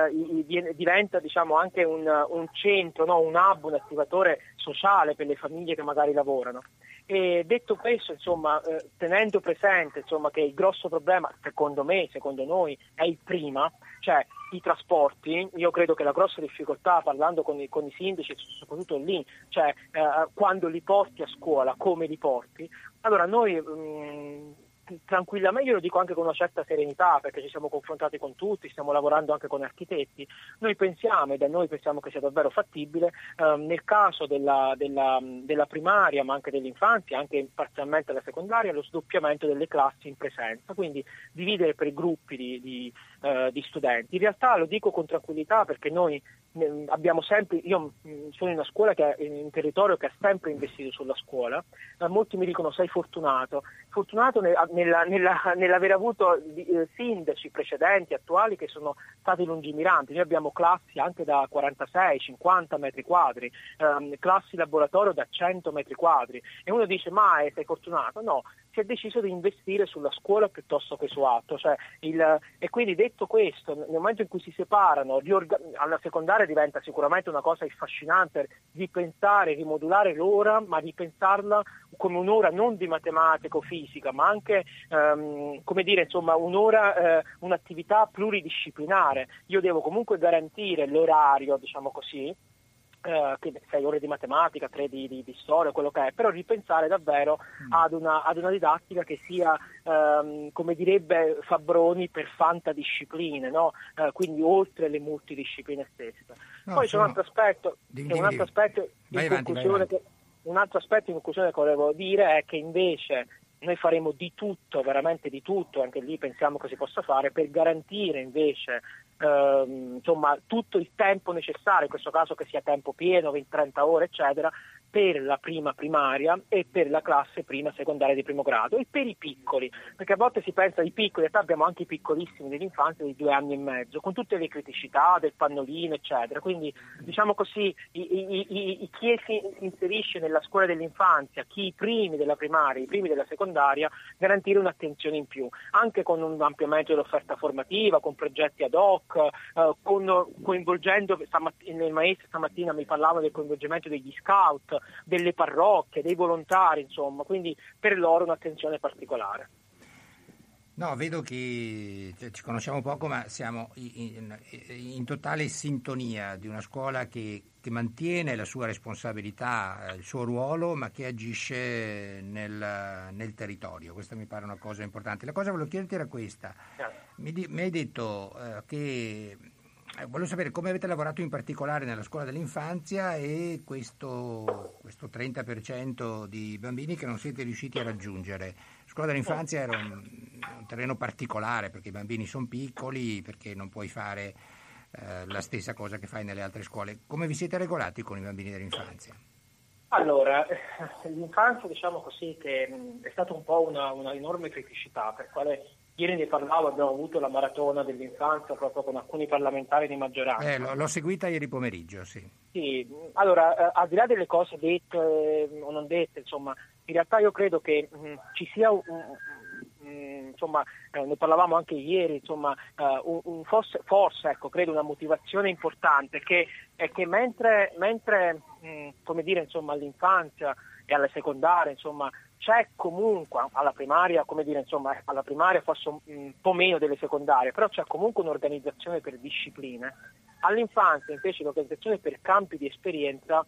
eh, diventa, diciamo, anche un, un centro, no? Un hub, un attivatore sociale per le famiglie che magari lavorano. E detto questo, insomma, eh, tenendo presente, insomma, che il grosso problema, secondo me, secondo noi, è il prima, cioè i trasporti. Io credo che la grossa difficoltà, parlando con i, con i sindaci, soprattutto lì, cioè eh, quando li porti a scuola, come li porti. Allora noi mh, tranquillamente, io lo dico anche con una certa serenità, perché ci siamo confrontati con tutti, stiamo lavorando anche con architetti, noi pensiamo, e da noi pensiamo che sia davvero fattibile, eh, nel caso della, della, della primaria, ma anche dell'infanzia, anche parzialmente della secondaria, lo sdoppiamento delle classi in presenza, quindi dividere per gruppi di, di, eh, di studenti. In realtà lo dico con tranquillità, perché noi abbiamo sempre, io sono in una scuola che è in un territorio che ha sempre investito sulla scuola, eh, molti mi dicono sei fortunato, fortunato nel, nella, nella, nell'aver avuto eh, sindaci precedenti, attuali, che sono stati lungimiranti. Noi abbiamo classi anche da quarantasei cinquanta metri quadri, ehm, classi laboratorio da cento metri quadri, e uno dice ma eh, sei fortunato? No, si è deciso di investire sulla scuola piuttosto che su altro, cioè il, e quindi detto questo, nel momento in cui si separano, riorga- alla secondaria diventa sicuramente una cosa affascinante di pensare, rimodulare l'ora, ma di pensarla come un'ora non di matematica o fisica, ma anche ehm, come dire, insomma, un'ora, eh, un'attività pluridisciplinare. Io devo comunque garantire l'orario, diciamo così, Uh, sei ore di matematica, tre di, di, di storia, quello che è, però ripensare davvero mm. ad, una, ad una didattica che sia, um, come direbbe Fabbroni, per fantadiscipline, no? Uh, quindi oltre le multidiscipline stesse. No, Poi sono... c'è un altro aspetto, dimmi, che un altro aspetto in vai conclusione avanti, che, un altro aspetto in conclusione che volevo dire è che invece noi faremo di tutto, veramente di tutto, anche lì pensiamo che si possa fare, per garantire invece ehm, insomma, tutto il tempo necessario, in questo caso che sia tempo pieno, venti trenta ore, eccetera, per la prima primaria e per la classe prima secondaria di primo grado, e per i piccoli, perché a volte si pensa ai piccoli, in realtà abbiamo anche i piccolissimi dell'infanzia di due anni e mezzo, con tutte le criticità del pannolino, eccetera. Quindi, diciamo così, i, i, i, i, chi si inserisce nella scuola dell'infanzia, chi i primi della primaria, i primi della secondaria, garantire un'attenzione in più, anche con un ampliamento dell'offerta formativa, con progetti ad hoc, eh, con, coinvolgendo, stamattina, il maestro stamattina mi parlava del coinvolgimento degli scout, delle parrocchie, dei volontari, insomma, quindi per loro un'attenzione particolare. No, vedo che cioè, ci conosciamo poco, ma siamo in, in totale sintonia di una scuola che, che mantiene la sua responsabilità, il suo ruolo, ma che agisce nel, nel territorio. Questa mi pare una cosa importante. La cosa che volevo chiederti era questa. Mi, di, mi hai detto eh, che... Eh, volevo sapere come avete lavorato in particolare nella scuola dell'infanzia e questo, questo trenta per cento di bambini che non siete riusciti a raggiungere. La scuola dell'infanzia era un, un terreno particolare perché i bambini sono piccoli, perché non puoi fare eh, la stessa cosa che fai nelle altre scuole. Come vi siete regolati con i bambini dell'infanzia? Allora, l'infanzia, diciamo così, che è stata un po' una, una enorme criticità, per quale Ieri ne parlavo, abbiamo avuto la maratona dell'infanzia proprio con alcuni parlamentari di maggioranza. Eh, l'ho, l'ho seguita ieri pomeriggio, sì. Sì, allora, eh, al di là delle cose dette eh, o non dette, insomma, in realtà io credo che mh, ci sia un, un, insomma, eh, ne parlavamo anche ieri, insomma, eh, un, un forse, forse, ecco, credo una motivazione importante che è che mentre, mentre mh, come dire, insomma, all'infanzia e alle secondarie, insomma, c'è comunque alla primaria, come dire, insomma, alla primaria forse un, un po' meno delle secondarie, però c'è comunque un'organizzazione per discipline. All'infanzia invece l'organizzazione per campi di esperienza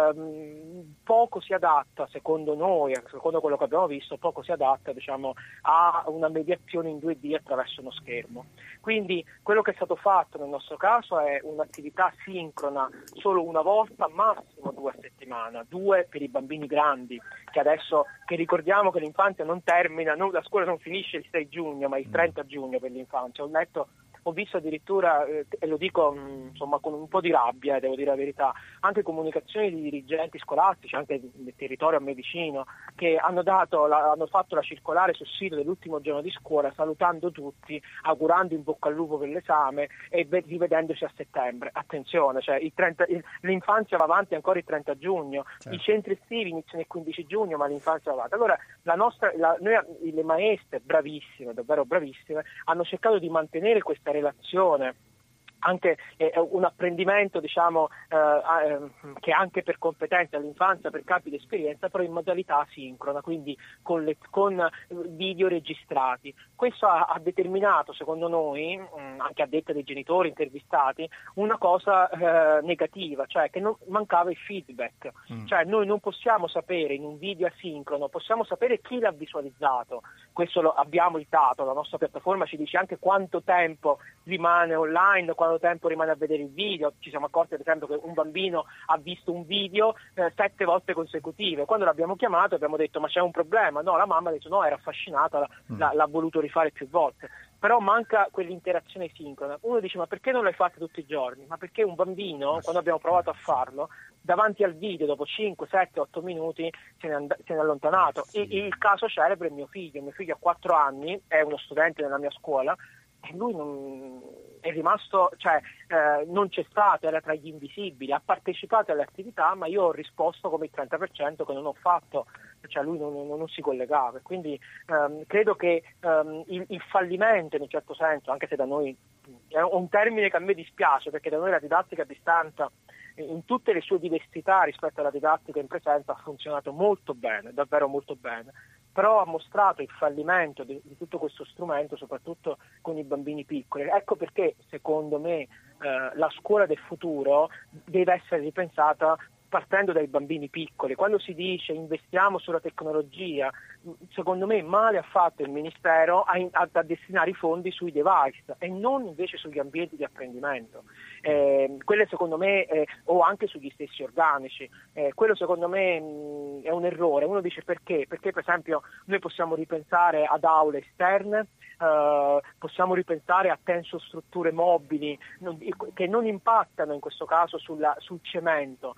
ehm, poco si adatta, secondo noi, secondo quello che abbiamo visto, poco si adatta, diciamo, a una mediazione in due D attraverso uno schermo. Quindi quello che è stato fatto nel nostro caso è un'attività sincrona solo una volta, massimo due a settimana, due per i bambini grandi, che adesso, che ricordiamo che l'infanzia non termina, non, la scuola non finisce il sei giugno, ma il trenta giugno per l'infanzia. Ho letto Ho visto addirittura, eh, e lo dico mh, insomma con un po' di rabbia, devo dire la verità, anche comunicazioni di dirigenti scolastici, anche del territorio a me vicino, che hanno, dato la, hanno fatto la circolare sul sito dell'ultimo giorno di scuola, salutando tutti, augurando in bocca al lupo per l'esame e ve- rivedendosi a settembre. Attenzione, cioè il trenta, il, l'infanzia va avanti ancora il trenta giugno, certo. I centri estivi iniziano il quindici giugno, ma l'infanzia va avanti. Allora la nostra, la, noi, le maestre, bravissime, davvero bravissime, hanno cercato di mantenere questa relazione, anche eh, un apprendimento, diciamo, eh, eh, che anche per competenze all'infanzia, per campi di esperienza, però in modalità asincrona, quindi con, le, con video registrati. Questo ha, ha determinato, secondo noi, mh, anche a detta dei genitori intervistati, una cosa eh, negativa, cioè che non, mancava il feedback. Mm. Cioè noi non possiamo sapere in un video asincrono, possiamo sapere chi l'ha visualizzato. Questo lo abbiamo il dato, la nostra piattaforma ci dice anche quanto tempo rimane online, quanto tempo rimane a vedere il video. Ci siamo accorti ad esempio che un bambino ha visto un video eh, sette volte consecutive. Quando l'abbiamo chiamato abbiamo detto ma c'è un problema? No, la mamma ha detto no, era affascinata, la, mm. la, l'ha voluto rifare più volte. Però manca quell'interazione sincrona. Uno dice ma perché non l'hai fatta tutti i giorni? Ma perché un bambino, quando abbiamo provato a farlo, davanti al video dopo cinque, sette, otto minuti se ne, and- se ne è allontanato. Sì. E, il caso celebre è mio figlio. Mio figlio ha quattro anni, è uno studente nella mia scuola, e lui non è rimasto, cioè eh, non c'è stato, era tra gli invisibili, ha partecipato alle attività, ma io ho risposto come il trenta per cento che non ho fatto, cioè lui non, non, non si collegava. Quindi ehm, credo che ehm, il, il fallimento in un certo senso, anche se da noi è un termine che a me dispiace, perché da noi la didattica a distanza in tutte le sue diversità rispetto alla didattica in presenza ha funzionato molto bene, davvero molto bene, però ha mostrato il fallimento di, di tutto questo strumento, soprattutto con i bambini piccoli. Ecco perché secondo me eh, la scuola del futuro deve essere ripensata partendo dai bambini piccoli. Quando si dice investiamo sulla tecnologia, secondo me male ha fatto il Ministero a, a, a destinare i fondi sui device e non invece sugli ambienti di apprendimento. Eh, quello secondo me, eh, o anche sugli stessi organici, eh, quello secondo me mh, è un errore. Uno dice perché? Perché per esempio noi possiamo ripensare ad aule esterne, Uh, possiamo ripensare a tensostrutture mobili non, che non impattano in questo caso sulla, sul cemento,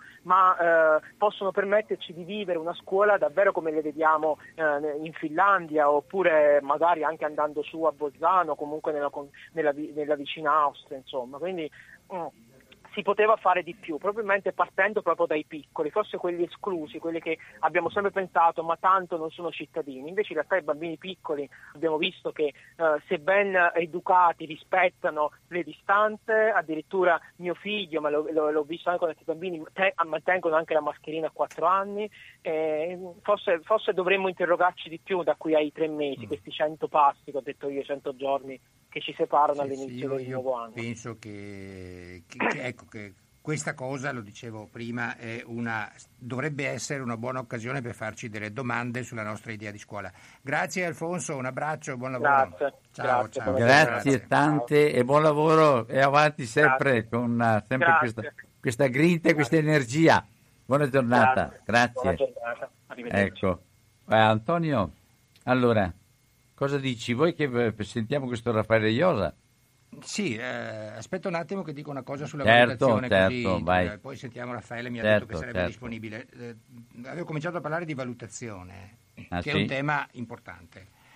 ma uh, possono permetterci di vivere una scuola davvero come le vediamo uh, in Finlandia, oppure magari anche andando su a Bolzano, comunque nella, nella, nella vicina Austria, insomma. Quindi uh, si poteva fare di più, probabilmente partendo proprio dai piccoli, forse quelli esclusi, quelli che abbiamo sempre pensato ma tanto non sono cittadini. Invece in realtà i bambini piccoli abbiamo visto che eh, se ben educati rispettano le distanze, addirittura mio figlio, ma lo, lo, l'ho visto anche con altri bambini, te, mantengono anche la mascherina a quattro anni, eh, forse, forse dovremmo interrogarci di più da qui ai tre mesi, mm. questi cento passi che ho detto io, cento giorni che ci separano sì, all'inizio sì, del nuovo anno. Penso che, che, che, ecco, che questa cosa, lo dicevo prima, è una, dovrebbe essere una buona occasione per farci delle domande sulla nostra idea di scuola. Grazie Alfonso, un abbraccio e buon lavoro. Grazie. Ciao, grazie, ciao. Grazie, grazie tante ciao. E buon lavoro e avanti sempre grazie. Con uh, sempre questa, questa grinta e questa energia. Buona giornata, grazie. grazie. Buona giornata. Arrivederci. Ecco, eh, Antonio, allora, cosa dici? Voi che sentiamo questo Raffaele Iosa? Sì, eh, aspetta un attimo che dico una cosa sulla certo, valutazione, certo, così vai. Eh, poi sentiamo Raffaele, mi ha certo, detto che sarebbe certo. disponibile. Eh, avevo cominciato a parlare di valutazione, ah, che sì? è un tema importante.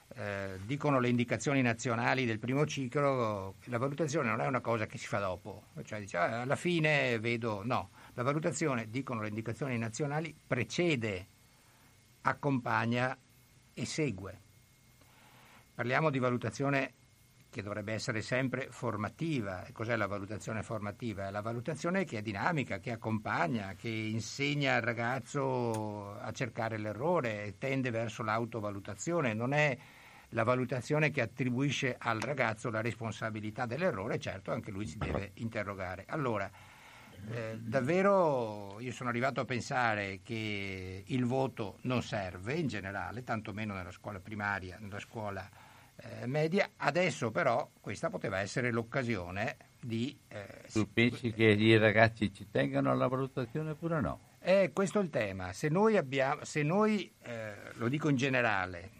eh, dicono le indicazioni nazionali del primo ciclo, la valutazione non è una cosa che si fa dopo, cioè dice, ah, alla fine vedo, no, la valutazione, dicono le indicazioni nazionali, precede, accompagna e segue. Parliamo di valutazione che dovrebbe essere sempre formativa. E cos'è la valutazione formativa? È la valutazione che è dinamica, che accompagna, che insegna al ragazzo a cercare l'errore, tende verso l'autovalutazione, non è la valutazione che attribuisce al ragazzo la responsabilità dell'errore, certo anche lui si deve interrogare. Allora, eh, davvero io sono arrivato a pensare che il voto non serve in generale, tantomeno nella scuola primaria, nella scuola eh, media. Adesso però questa poteva essere l'occasione di... Eh, tu pensi che i ragazzi ci tengano alla valutazione oppure no? Eh, questo è il tema. Se noi abbiamo, se noi, eh, lo dico in generale,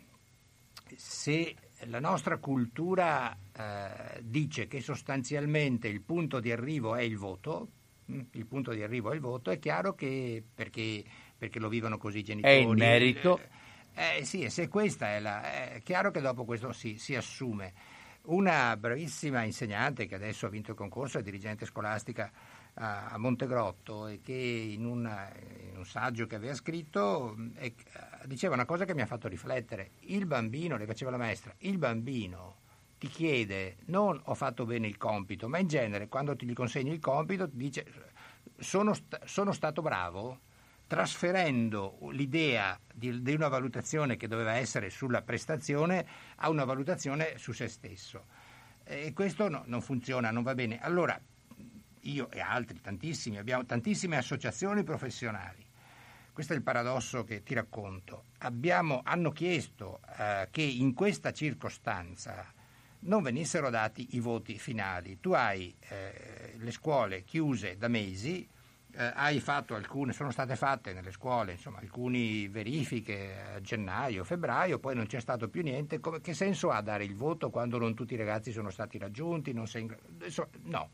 se la nostra cultura eh, dice che sostanzialmente il punto di arrivo è il voto, mh, il punto di arrivo è il voto, è chiaro che perché, perché lo vivono così i genitori. È il merito. Eh, eh, sì, e se questa è la... è chiaro che dopo questo si, si assume. Una bravissima insegnante che adesso ha vinto il concorso, è dirigente scolastica a, a Montegrotto, e che in, una, in un saggio che aveva scritto eh, diceva una cosa che mi ha fatto riflettere. Il bambino, le faceva la maestra, il bambino ti chiede non ho fatto bene il compito, ma in genere quando ti gli consegni il compito ti dice sono, sta- sono stato bravo, trasferendo l'idea di, di una valutazione che doveva essere sulla prestazione a una valutazione su se stesso. E questo no, non funziona, non va bene. Allora, io e altri, tantissimi, abbiamo tantissime associazioni professionali. Questo è il paradosso che ti racconto. Abbiamo, hanno chiesto eh, che in questa circostanza non venissero dati i voti finali. Tu hai eh, le scuole chiuse da mesi, Eh, hai fatto alcune, sono state fatte nelle scuole insomma alcune verifiche a gennaio, febbraio, poi non c'è stato più niente. Come, che senso ha dare il voto quando non tutti i ragazzi sono stati raggiunti? Non sei in, adesso, no.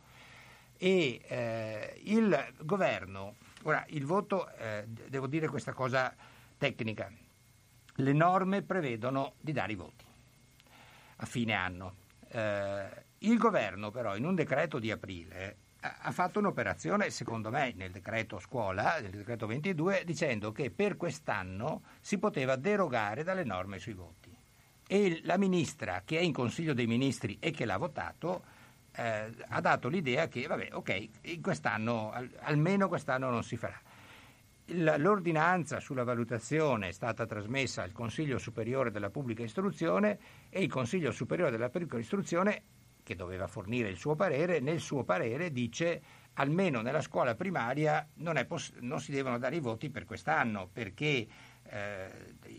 E eh, il governo, ora il voto, eh, devo dire questa cosa tecnica, le norme prevedono di dare i voti a fine anno. Eh, il governo però in un decreto di aprile ha fatto un'operazione, secondo me, nel decreto scuola, nel decreto ventidue, dicendo che per quest'anno si poteva derogare dalle norme sui voti. E la ministra, che è in Consiglio dei Ministri e che l'ha votato, eh, ha dato l'idea che, vabbè, ok, in quest'anno, al, almeno quest'anno non si farà. L'ordinanza sulla valutazione è stata trasmessa al Consiglio Superiore della Pubblica Istruzione e il Consiglio Superiore della Pubblica Istruzione, che doveva fornire il suo parere, nel suo parere dice almeno nella scuola primaria non, è poss- non si devono dare i voti per quest'anno, perché eh,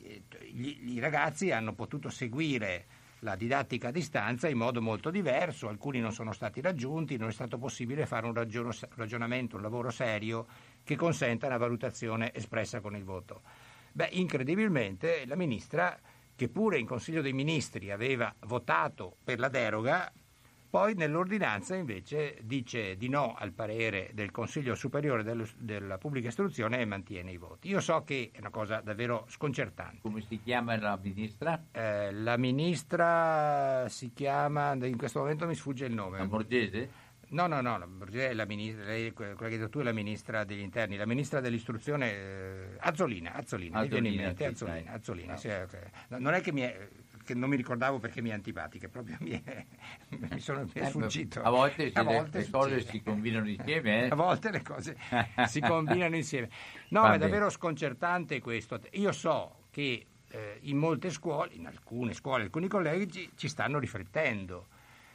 gli, i ragazzi hanno potuto seguire la didattica a distanza in modo molto diverso, alcuni non sono stati raggiunti, non è stato possibile fare un ragiono, ragionamento, un lavoro serio che consenta una valutazione espressa con il voto. Beh, incredibilmente la ministra, che pure in Consiglio dei Ministri aveva votato per la deroga, poi nell'ordinanza invece dice di no al parere del Consiglio Superiore del, della Pubblica Istruzione e mantiene i voti. Io so che è una cosa davvero sconcertante. Come si chiama la ministra? Eh, la ministra si chiama, in questo momento mi sfugge il nome. La Borghese? No, no, no, la Borghese è la ministra, lei, quella che hai detto tu è la ministra degli interni, la ministra dell'istruzione eh, Azzolina, Azzolina, mi viene in mente, Azzolina, Azzolina, no. Sì, non è che mi è... che non mi ricordavo perché mi è antipatica, proprio mi è, mi sono, mi è sfuggito. A volte, a le, volte le cose si combinano insieme. Eh? A volte le cose si combinano insieme. No, Va è bene. davvero sconcertante questo. Io so che eh, in molte scuole, in alcune scuole, alcuni collegi ci stanno riflettendo.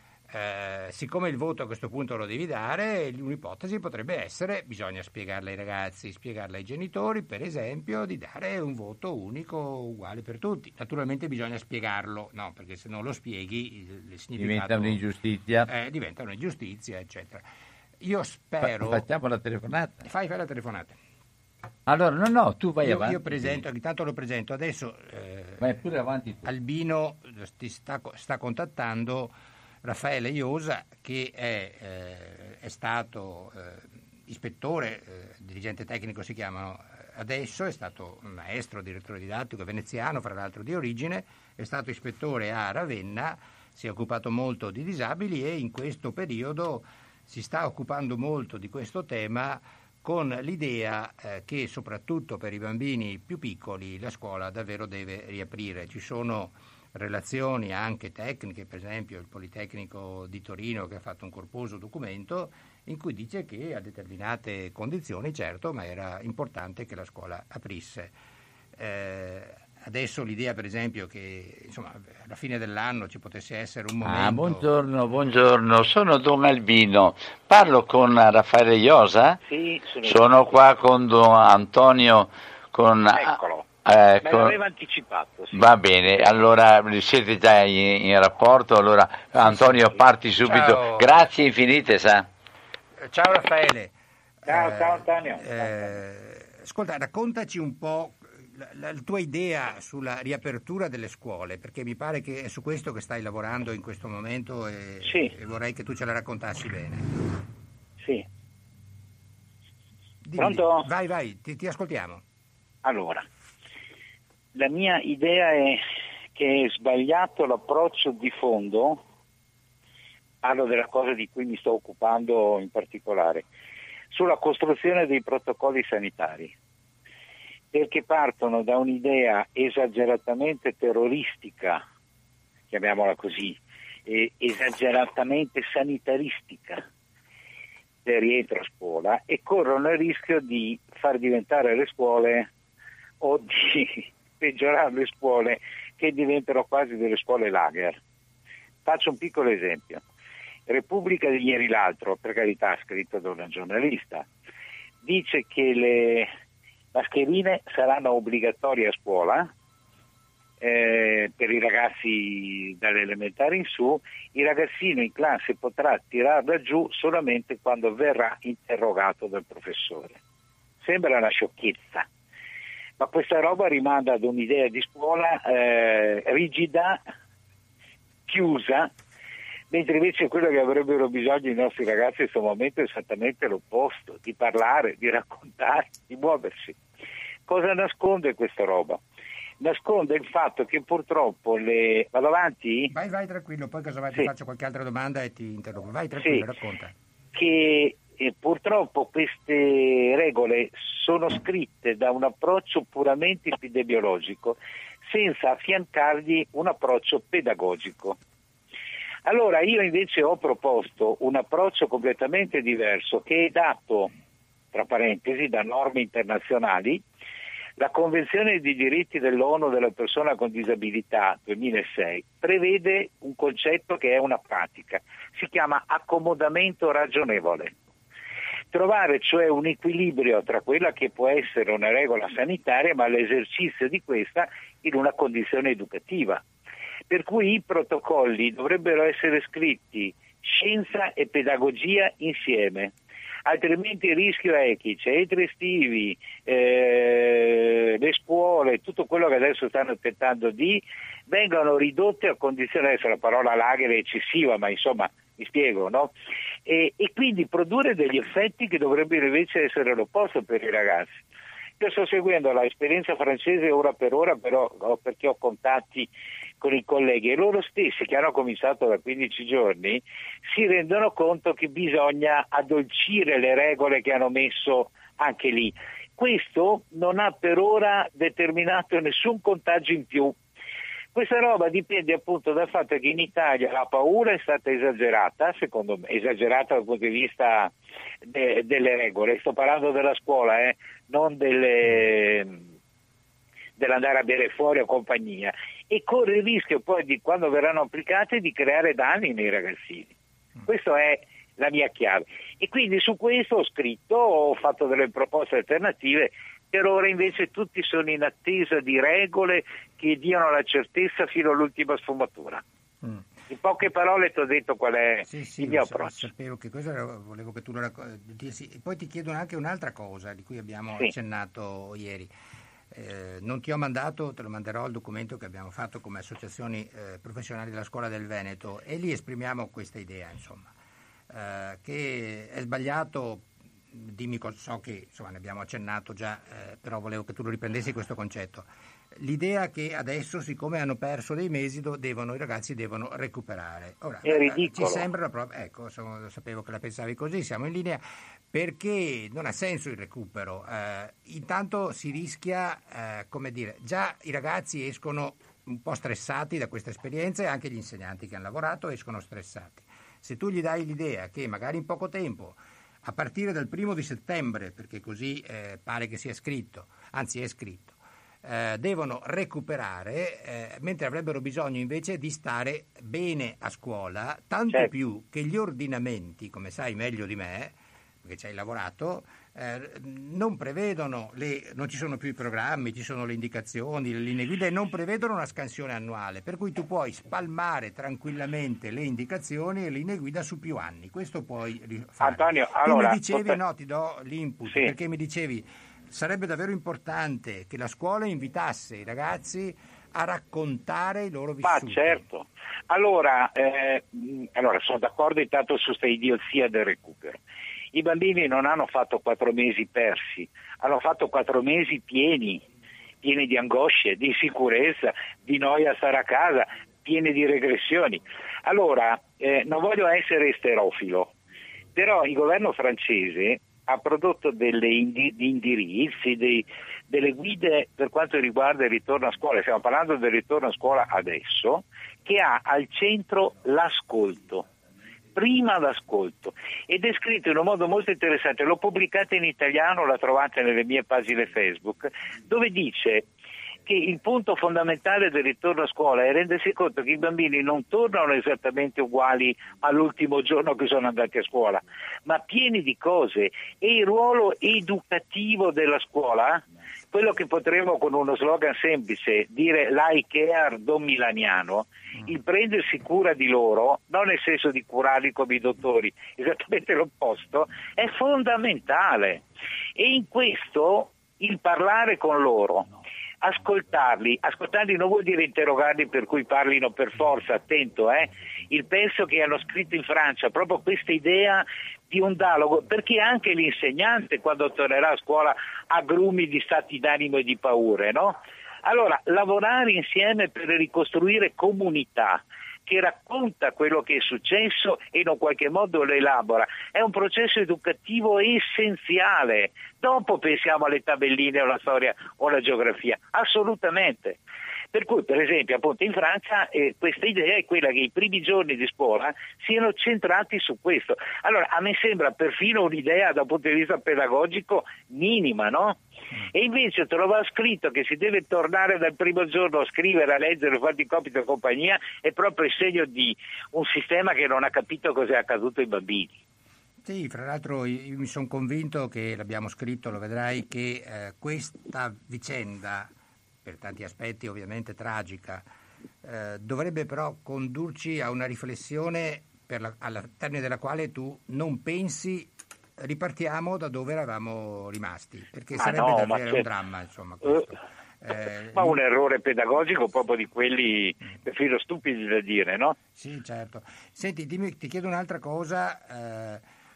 Eh, siccome il voto a questo punto lo devi dare, un'ipotesi potrebbe essere, bisogna spiegarla ai ragazzi, spiegarla ai genitori, per esempio, di dare un voto unico uguale per tutti. Naturalmente bisogna spiegarlo, no, perché se non lo spieghi il, il significato diventa un'ingiustizia. Eh, diventa un'ingiustizia, eccetera. Io spero... Fa, facciamo la telefonata. Fai, fai la telefonata. Allora, no, no, tu vai io, avanti. Io presento, intanto lo presento. Adesso eh, vai pure avanti tu. Albino ti sta, sta contattando Raffaele Iosa, che è, eh, è stato eh, ispettore, eh, dirigente tecnico si chiamano, adesso è stato un maestro, direttore didattico veneziano, fra l'altro di origine, è stato ispettore a Ravenna, si è occupato molto di disabili e in questo periodo si sta occupando molto di questo tema con l'idea eh, che soprattutto per i bambini più piccoli la scuola davvero deve riaprire. Ci sono relazioni anche tecniche, per esempio il Politecnico di Torino che ha fatto un corposo documento in cui dice che a determinate condizioni, certo, ma era importante che la scuola aprisse. Eh, Adesso l'idea, per esempio, che insomma alla fine dell'anno ci potesse essere un momento... Ah, buongiorno, buongiorno, sono Don Albino, parlo con Raffaele Iosa? Sì, sono, sono qua con Don Antonio, con... Eccolo, eh, me con... l'aveva anticipato. Sì. Va bene, allora siete già in, in rapporto, allora sì, Antonio sì, parti subito, ciao. Grazie infinite, sa. Ciao Raffaele. Ciao, eh, ciao Antonio. Eh, ascolta, raccontaci un po' La, la tua idea sulla riapertura delle scuole, perché mi pare che è su questo che stai lavorando in questo momento e, sì. e vorrei che tu ce la raccontassi bene. Sì. Dimmi, Pronto? Vai, vai, ti, ti ascoltiamo. Allora, la mia idea è che è sbagliato l'approccio di fondo, parlo della cosa di cui mi sto occupando in particolare, sulla costruzione dei protocolli sanitari. Perché partono da un'idea esageratamente terroristica, chiamiamola così, e esageratamente sanitaristica del rientro a scuola e corrono il rischio di far diventare le scuole o di peggiorare le scuole che diventano quasi delle scuole lager. Faccio un piccolo esempio. Repubblica di ieri l'altro, per carità scritto da una giornalista, dice che le mascherine saranno obbligatorie a scuola eh, per i ragazzi dalle elementari in su, il ragazzino in classe potrà tirarla giù solamente quando verrà interrogato dal professore. Sembra una sciocchezza, ma questa roba rimanda ad un'idea di scuola eh, rigida, chiusa, mentre invece quello che avrebbero bisogno i nostri ragazzi in questo momento è esattamente l'opposto, di parlare, di raccontare, di muoversi. Cosa nasconde questa roba? Nasconde il fatto che purtroppo le... Vado avanti? Vai, vai tranquillo, poi casomai sì. ti faccio qualche altra domanda e ti interrompo. Vai tranquillo, sì. racconta. Che eh, purtroppo queste regole sono scritte da un approccio puramente epidemiologico, senza affiancargli un approccio pedagogico. Allora io invece ho proposto un approccio completamente diverso che è dato, tra parentesi, da norme internazionali. La Convenzione dei diritti dell'ONU della persona con disabilità duemilasei prevede un concetto che è una pratica, si chiama accomodamento ragionevole. Trovare cioè un equilibrio tra quella che può essere una regola sanitaria ma l'esercizio di questa in una condizione educativa. Per cui i protocolli dovrebbero essere scritti scienza e pedagogia insieme, altrimenti il rischio è che i centri estivi, eh, le scuole, tutto quello che adesso stanno tentando di, vengano ridotte a condizione, adesso la parola lager è eccessiva, ma insomma mi spiego, no? E, e quindi produrre degli effetti che dovrebbero invece essere l'opposto per i ragazzi. Io sto seguendo l'esperienza francese ora per ora, però perché ho contatti con i colleghi e loro stessi che hanno cominciato da quindici giorni si rendono conto che bisogna addolcire le regole che hanno messo anche lì. Questo non ha per ora determinato nessun contagio in più. Questa roba dipende appunto dal fatto che in Italia la paura è stata esagerata, secondo me, esagerata dal punto di vista de- delle regole. Sto parlando della scuola, eh, non delle... dell'andare a bere fuori o compagnia, e corre il rischio poi di, quando verranno applicate, di creare danni nei ragazzini. Questa è la mia chiave. E quindi su questo ho scritto, ho fatto delle proposte alternative. Per ora invece tutti sono in attesa di regole che diano la certezza fino all'ultima sfumatura. Mm. In poche parole ti ho detto qual è sì, sì, il mio so, approccio. Sapevo che questo era, volevo che tu lo raccontassi. E poi ti chiedo anche un'altra cosa di cui abbiamo sì. accennato ieri. Eh, non ti ho mandato, te lo manderò il documento che abbiamo fatto come associazioni eh, professionali della Scuola del Veneto, e lì esprimiamo questa idea, insomma, eh, che è sbagliato dimmi, so che insomma ne abbiamo accennato già, eh, però volevo che tu lo riprendessi questo concetto. L'idea che adesso, siccome hanno perso dei mesi, do, devono, i ragazzi devono recuperare. Ora, è ridicolo. Ci sembra proprio, ecco, so, sapevo che la pensavi così, siamo in linea, perché non ha senso il recupero. Eh, intanto si rischia, eh, come dire, già i ragazzi escono un po' stressati da questa esperienza e anche gli insegnanti che hanno lavorato escono stressati. Se tu gli dai l'idea che magari in poco tempo, a partire dal primo di settembre, perché così eh, pare che sia scritto, anzi è scritto, Eh, devono recuperare, eh, mentre avrebbero bisogno invece di stare bene a scuola, tanto certo. più che gli ordinamenti, come sai meglio di me, perché ci hai lavorato, eh, non prevedono, le, non ci sono più i programmi, ci sono le indicazioni, le linee guida e non prevedono una scansione annuale, per cui tu puoi spalmare tranquillamente le indicazioni e le linee guida su più anni. Questo puoi fare. Antonio, tu allora, mi dicevi, poter... no, ti do l'input, sì. perché mi dicevi sarebbe davvero importante che la scuola invitasse i ragazzi a raccontare i loro vissuti. Ma certo. Allora, eh, allora sono d'accordo intanto su questa idiozia del recupero. I bambini non hanno fatto quattro mesi persi, hanno fatto quattro mesi pieni, pieni di angosce, di insicurezza, di noia a stare a casa, pieni di regressioni. Allora, eh, non voglio essere esterofilo, però il governo francese ha prodotto delle indi- indirizzi, dei, delle guide per quanto riguarda il ritorno a scuola, stiamo parlando del ritorno a scuola adesso, che ha al centro l'ascolto, prima l'ascolto, ed è scritto in un modo molto interessante, l'ho pubblicata in italiano, la trovate nelle mie pagine Facebook, dove dice che il punto fondamentale del ritorno a scuola è rendersi conto che i bambini non tornano esattamente uguali all'ultimo giorno che sono andati a scuola, ma pieni di cose, e il ruolo educativo della scuola, quello che potremmo con uno slogan semplice dire like care don milaniano, il prendersi cura di loro, non nel senso di curarli come i dottori, esattamente l'opposto, è fondamentale. E in questo il parlare con loro, ascoltarli, ascoltarli non vuol dire interrogarli per cui parlino per forza, attento, eh? Il penso che hanno scritto in Francia proprio questa idea di un dialogo, perché anche l'insegnante quando tornerà a scuola ha grumi di stati d'animo e di paure, no? Allora, lavorare insieme per ricostruire comunità che racconta quello che è successo e in un qualche modo lo elabora, è un processo educativo essenziale. Dopo pensiamo alle tabelline o alla storia o alla geografia, assolutamente. Per cui, per esempio, appunto in Francia eh, questa idea è quella che i primi giorni di scuola siano centrati su questo. Allora, a me sembra perfino un'idea da un punto di vista pedagogico minima, no? E invece trova scritto che si deve tornare dal primo giorno a scrivere, a leggere, a fare di compito e compagnia, è proprio il segno di un sistema che non ha capito cosa è accaduto ai bambini. Sì, fra l'altro io mi sono convinto che, l'abbiamo scritto, lo vedrai, che eh, questa vicenda, per tanti aspetti ovviamente tragica, eh, dovrebbe però condurci a una riflessione per la, al termine della quale tu non pensi ripartiamo da dove eravamo rimasti, perché ma sarebbe no, davvero ma un certo. dramma, insomma, questo. Eh, ma un errore pedagogico proprio di quelli perfino stupidi da dire, no? Sì, certo. Senti, dimmi, ti chiedo un'altra cosa. Eh,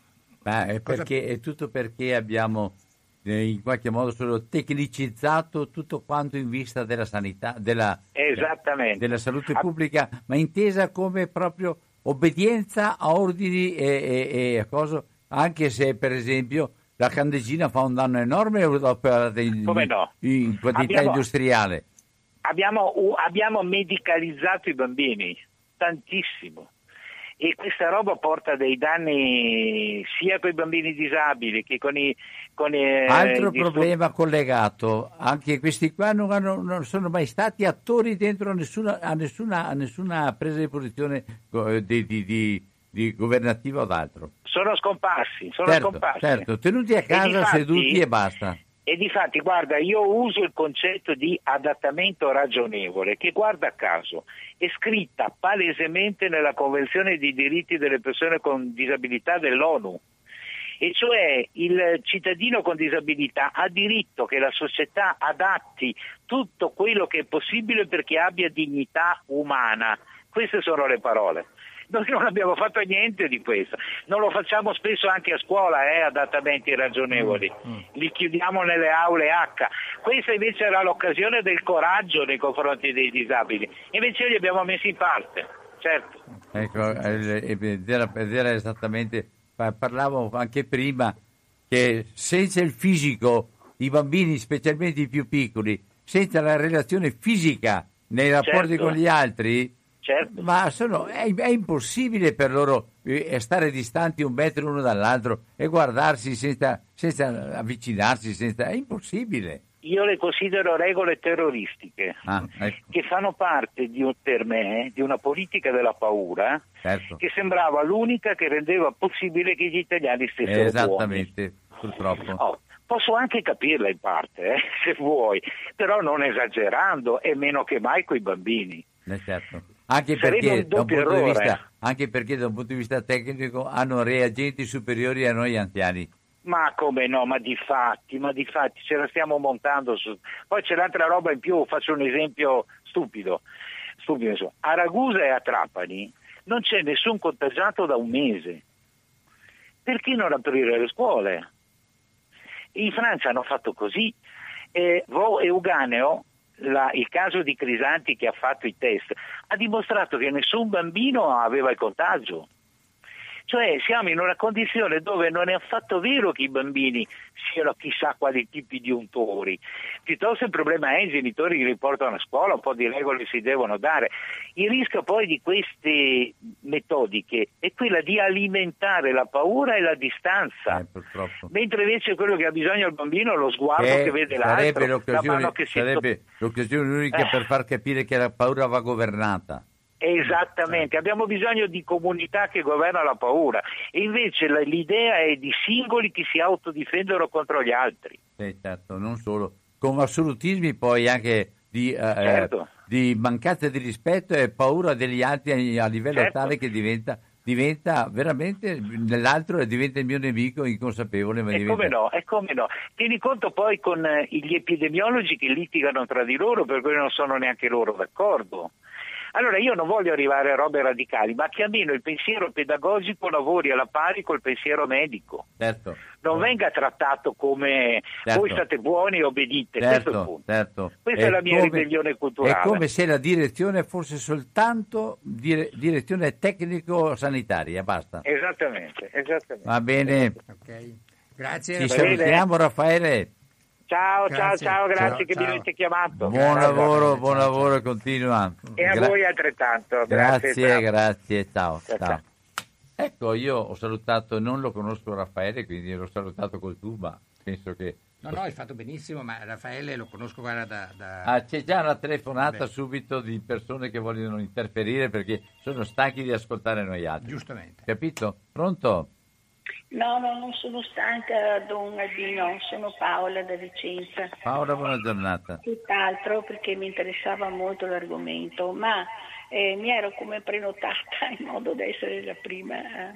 ma è, cosa... perché, è tutto perché abbiamo eh, in qualche modo solo tecnicizzato tutto quanto in vista della sanità, della, Esattamente. della salute pubblica, ma intesa come proprio obbedienza a ordini e, e, e a cosa, anche se per esempio la candeggina fa un danno enorme in, come no? in quantità abbiamo, industriale. Abbiamo, abbiamo medicalizzato i bambini tantissimo, e questa roba porta dei danni sia con i bambini disabili che con i con i, altro eh, problema stu- collegato, anche questi qua non, hanno, non sono mai stati attori dentro a nessuna, a nessuna, a nessuna presa di posizione di, di, di, di governativa o d'altro. Sono scomparsi, sono certo, scomparsi. Certo, tenuti a casa, e difatti, seduti e basta. E difatti, guarda, io uso il concetto di adattamento ragionevole, che guarda caso è scritta palesemente nella Convenzione dei diritti delle persone con disabilità dell'ONU. E cioè il cittadino con disabilità ha diritto che la società adatti tutto quello che è possibile perché abbia dignità umana. Queste sono le parole. Noi non abbiamo fatto niente di questo, non lo facciamo spesso anche a scuola, eh, adattamenti ragionevoli, mm. li chiudiamo nelle aule H. Questa invece era l'occasione del coraggio nei confronti dei disabili, invece li abbiamo messi in parte, certo. Ecco, ed era, ed era esattamente, parlavo anche prima, che senza il fisico i bambini, specialmente i più piccoli, senza la relazione fisica nei rapporti certo. con gli altri, certo. ma sono, è, è impossibile per loro eh, stare distanti un metro l'uno dall'altro e guardarsi senza, senza avvicinarsi, senza, è impossibile. Io le considero regole terroristiche, ah, ecco. che fanno parte di un, per me di una politica della paura, certo. che sembrava l'unica che rendeva possibile che gli italiani stessero esattamente, buoni. Purtroppo. Oh, posso anche capirla in parte, eh, se vuoi, però non esagerando e meno che mai coi bambini. Eh certo. Anche perché, da un punto di vista, anche perché da un punto di vista tecnico hanno reagenti superiori a noi anziani. Ma come no, ma di fatti, ma di fatti ce la stiamo montando su. Poi c'è l'altra roba in più, faccio un esempio stupido, stupido insomma. A Ragusa e a Trapani non c'è nessun contagiato da un mese. Perché non aprire le scuole? In Francia hanno fatto così. Eh, Vo Euganeo, la, il caso di Crisanti che ha fatto i test, ha dimostrato che nessun bambino aveva il contagio. Cioè siamo in una condizione dove non è affatto vero che i bambini siano chissà quali tipi di untori, piuttosto il problema è i genitori che li portano a scuola, un po' di regole si devono dare. Il rischio poi di queste metodiche è quella di alimentare la paura e la distanza, eh, purtroppo. Mentre invece quello che ha bisogno il bambino è lo sguardo eh, che vede l'altro, la mano che si sarebbe to... l'occasione unica eh. per far capire che la paura va governata. Esattamente, abbiamo bisogno di comunità che governano la paura e invece l'idea è di singoli che si autodifendono contro gli altri. Eh, certo, non solo, con assolutismi poi anche di, eh, certo. di mancanza di rispetto e paura degli altri a livello certo. tale che diventa, diventa veramente nell'altro e diventa il mio nemico inconsapevole. Ma e diventa... come no, e come no. Tieni conto poi con eh, gli epidemiologi che litigano tra di loro per cui non sono neanche loro d'accordo. Allora io non voglio arrivare a robe radicali, ma che almeno il pensiero pedagogico lavori alla pari col pensiero medico. Certo. Non venga trattato come certo. voi state buoni e obbedite. Certo, questo è il punto. Certo. Questa è è la mia come, ribellione culturale. È come se la direzione fosse soltanto dire, direzione tecnico-sanitaria, basta. Esattamente, esattamente. Va bene. Okay. Grazie. Ci salutiamo, Raffaele. Ciao, grazie. ciao, ciao, grazie ciao, che ciao. mi avete chiamato. Buon grazie. lavoro, ciao, buon ciao, lavoro ciao. e continua. E a Gra- voi altrettanto. Grazie, Grazie, grazie, ciao, ciao. ciao. Ecco, io ho salutato, non lo conosco Raffaele, quindi l'ho salutato col tu, ma penso che... No, no, hai fatto benissimo, ma Raffaele lo conosco guarda da... da... Ah, c'è già una telefonata Beh. subito di persone che vogliono interferire perché sono stanchi di ascoltare noi altri. Giustamente. Capito? Pronto? No, no, non sono stanca, Don Albino, sono Paola da Vicenza. Paola, buona giornata. Tutt'altro perché mi interessava molto l'argomento, ma eh, mi ero come prenotata in modo da essere la prima a,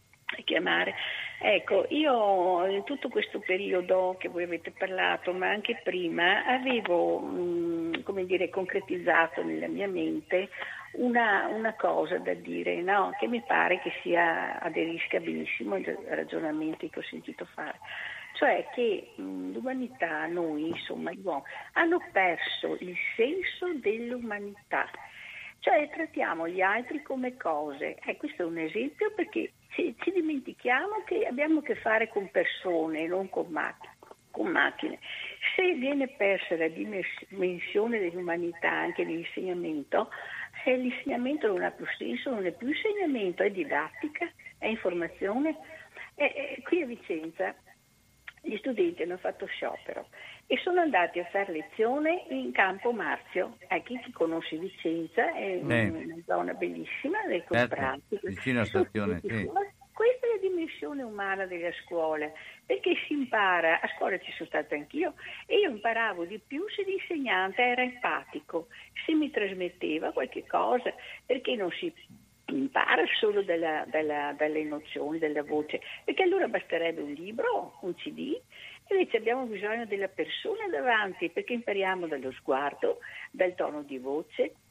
a chiamare. Ecco, io in tutto questo periodo che voi avete parlato, ma anche prima, avevo, mh, come dire, concretizzato nella mia mente Una, una cosa da dire, no? Che mi pare che sia aderisca benissimo ai ragionamenti che ho sentito fare, cioè che mh, l'umanità, noi, insomma, gli uomini, hanno perso il senso dell'umanità, cioè trattiamo gli altri come cose. Eh, questo è un esempio perché ci, ci dimentichiamo che abbiamo a che fare con persone, non con macchine. Con macchine. Se viene persa la dimensione dell'umanità anche nell'insegnamento, eh, l'insegnamento non ha più senso, non è più insegnamento, è didattica, è informazione. Eh, eh, qui a Vicenza gli studenti hanno fatto sciopero e sono andati a fare lezione in Campo Marzio. Eh, chi, chi conosce Vicenza è sì. una zona bellissima, del certo, vicino a stazione, sì. Questa è la dimensione umana della scuola, perché si impara, a scuola ci sono stata anch'io, e io imparavo di più se l'insegnante era empatico, se mi trasmetteva qualche cosa, perché non si impara solo dalla, dalla, dalle nozioni, dalla voce, perché allora basterebbe un libro, un C D, invece abbiamo bisogno della persona davanti, perché impariamo dallo sguardo, dal tono di voce,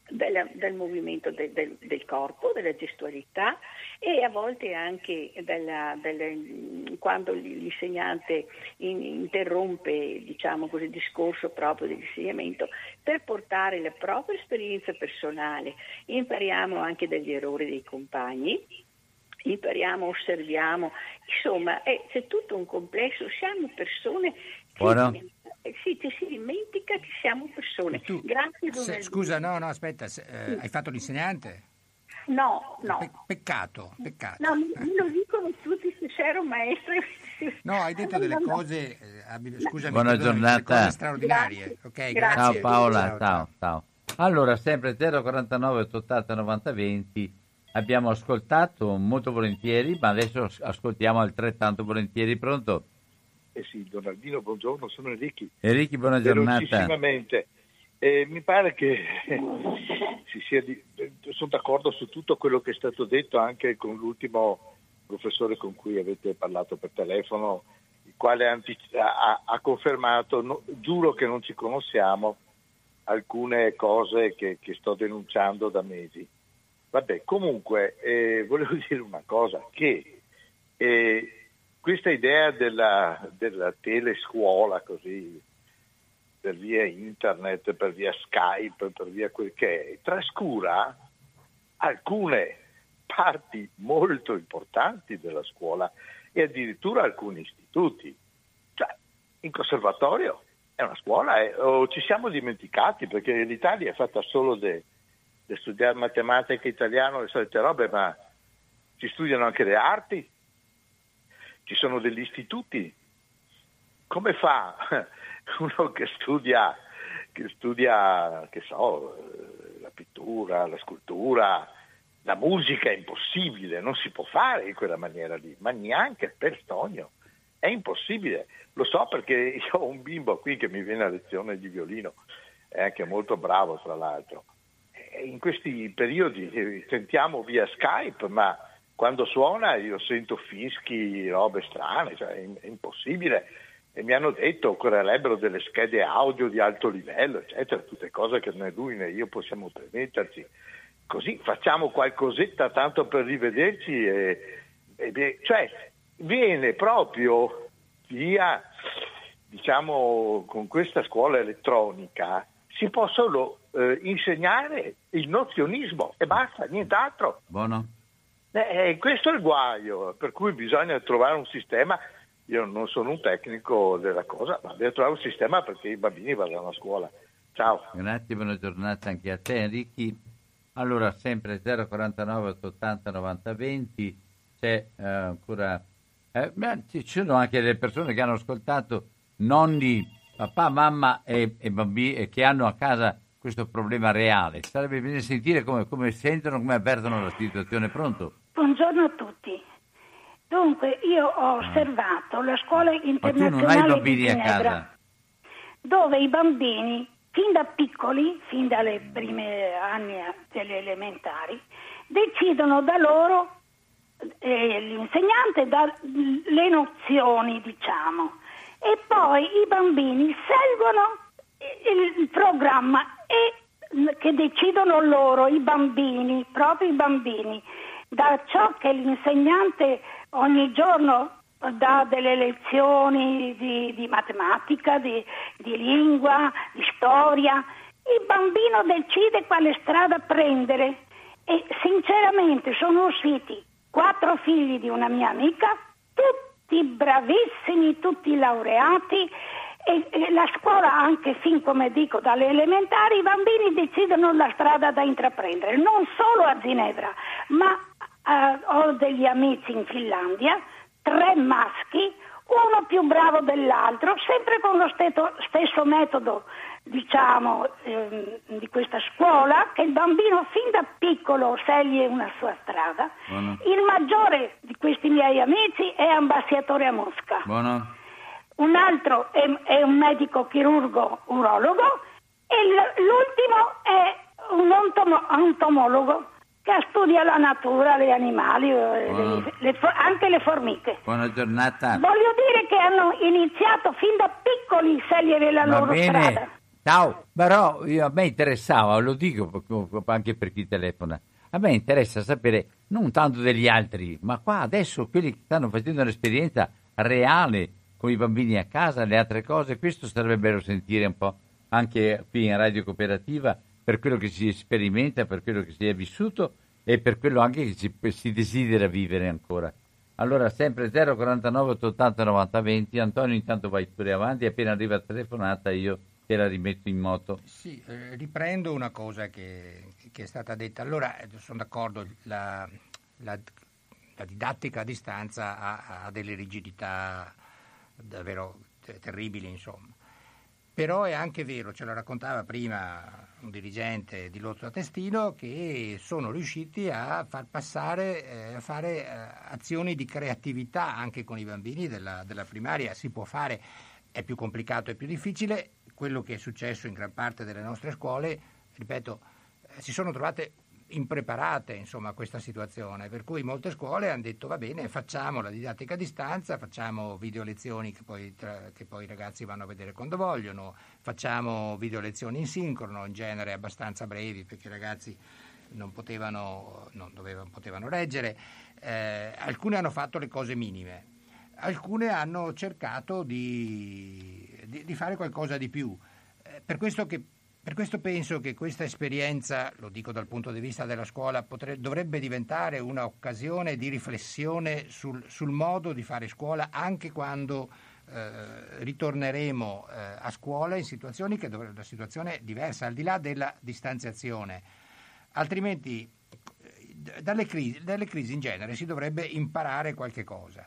Della, del movimento de, del, del corpo, della gestualità e a volte anche della, della, quando l'insegnante in, interrompe, diciamo così, il discorso proprio dell'insegnamento per portare la propria esperienza personale. Impariamo anche dagli errori dei compagni, impariamo, osserviamo, insomma è, c'è tutto un complesso, siamo persone che Buono. Sì, ci si dimentica che siamo persone. Tu, Grazie, se, scusa, no, no, aspetta, se, eh, sì. Hai fatto l'insegnante? No, no. Pe- peccato, peccato. No, mi, me lo dicono tutti se c'ero maestro. No, hai detto delle cose, eh, scusami, buona delle giornata. Cose straordinarie. Okay, grazie. grazie. Ciao Paola, ciao, ciao. ciao. Allora, sempre zero quarantanove ottanta novanta venti. Abbiamo ascoltato molto volentieri, ma adesso ascoltiamo altrettanto volentieri. Pronto? Eh sì, Donaldino, buongiorno, sono Enrichi. Enrichi, buona giornata. Velocissimamente, eh, mi pare che si sia di... sono d'accordo su tutto quello che è stato detto, anche con l'ultimo professore con cui avete parlato per telefono, il quale antic- ha, ha confermato, no, giuro che non ci conosciamo, alcune cose che, che sto denunciando da mesi. Vabbè, comunque, eh, volevo dire una cosa, che... Eh, questa idea della, della telescuola così per via internet, per via Skype, per via quel che è, trascura alcune parti molto importanti della scuola e addirittura alcuni istituti. Cioè, in conservatorio è una scuola, eh, o ci siamo dimenticati, perché l'Italia è fatta solo di studiare matematica, italiano, le solite robe, ma ci studiano anche le arti. Ci sono degli istituti. Come fa uno che studia, che studia, che so, la pittura, la scultura, la musica? È impossibile, non si può fare in quella maniera lì, ma neanche per sogno. È impossibile. Lo so perché io ho un bimbo qui che mi viene a lezione di violino, è anche molto bravo tra l'altro. E in questi periodi sentiamo via Skype, ma quando suona io sento fischi, robe strane, cioè è impossibile. E mi hanno detto che occorrerebbero delle schede audio di alto livello, eccetera, tutte cose che né lui né io possiamo permetterci. Così facciamo qualcosetta tanto per rivederci e, e cioè viene proprio via, diciamo, con questa scuola elettronica si può solo eh, insegnare il nozionismo e basta, nient'altro. Buono. Eh, questo è il guaio, per cui bisogna trovare un sistema. Io non sono un tecnico della cosa, ma devo trovare un sistema perché i bambini vadano a scuola. Ciao. Grazie, buona giornata anche a te Enrichi. Allora, sempre zero quarantanove ottanta novanta venti, c'è eh, ancora... Eh, ci sono anche delle persone che hanno ascoltato, nonni, papà, mamma e, e bambini e che hanno a casa questo problema reale. Sarebbe bene sentire come, come sentono, come avvertono la situazione. Pronto? Buongiorno a tutti. Dunque, io ho osservato la scuola internazionale Ma tu non hai bambini di Ginevra, a casa? dove i bambini, fin da piccoli, fin dalle prime anni delle elementari, decidono da loro, eh, l'insegnante dà le nozioni, diciamo, e poi i bambini seguono il programma e che decidono loro, i bambini, proprio i bambini, da ciò che l'insegnante ogni giorno dà delle lezioni di, di matematica, di, di lingua, di storia, il bambino decide quale strada prendere e sinceramente sono usciti quattro figli di una mia amica, tutti bravissimi, tutti laureati. E, e la scuola, anche fin come dico dalle elementari, i bambini decidono la strada da intraprendere, non solo a Ginevra, ma eh, ho degli amici in Finlandia, tre maschi, uno più bravo dell'altro, sempre con lo stesso, stesso metodo, diciamo, ehm, di questa scuola, che il bambino fin da piccolo sceglie una sua strada. Buono. Il maggiore di questi miei amici è ambasciatore a Mosca. Buono. Un altro è, è un medico chirurgo urologo e l- l'ultimo è un ontomo- entomologo che studia la natura, gli animali, Buono. le, le, anche le formiche. Buona giornata. Voglio dire che hanno iniziato fin da piccoli a scegliere la Va loro bene. strada. Ciao, però io, a me interessava, lo dico anche per chi telefona, a me interessa sapere non tanto degli altri, ma qua adesso quelli che stanno facendo un'esperienza reale con i bambini a casa, le altre cose, questo sarebbe bello sentire un po' anche qui in Radio Cooperativa, per quello che si sperimenta, per quello che si è vissuto e per quello anche che si, si desidera vivere ancora. Allora sempre zero quarantanove ottanta novanta venti, Antonio intanto vai pure avanti, appena arriva la telefonata io te la rimetto in moto. Sì, eh, riprendo una cosa che, che è stata detta. Allora, sono d'accordo, la, la, la didattica a distanza ha, ha delle rigidità davvero terribili, insomma. Però è anche vero, ce lo raccontava prima un dirigente di Lotto a Testino, che sono riusciti a far passare, eh, a fare eh, azioni di creatività anche con i bambini della, della primaria. Si può fare, è più complicato, è più difficile. Quello che è successo in gran parte delle nostre scuole, ripeto, eh, si sono trovate impreparate, insomma, a questa situazione, per cui molte scuole hanno detto va bene, facciamo la didattica a distanza, facciamo video lezioni che poi, tra, che poi i ragazzi vanno a vedere quando vogliono, facciamo video lezioni in sincrono, in genere abbastanza brevi perché i ragazzi non potevano, non dovevano, potevano reggere, eh, alcune hanno fatto le cose minime, alcune hanno cercato di, di, di fare qualcosa di più, eh, per questo che Per questo penso che questa esperienza, lo dico dal punto di vista della scuola, potrebbe, dovrebbe diventare un'occasione di riflessione sul, sul modo di fare scuola anche quando eh, ritorneremo eh, a scuola in situazioni che dovrebbero una situazione diversa, al di là della distanziazione. Altrimenti dalle crisi, dalle crisi in genere si dovrebbe imparare qualche cosa.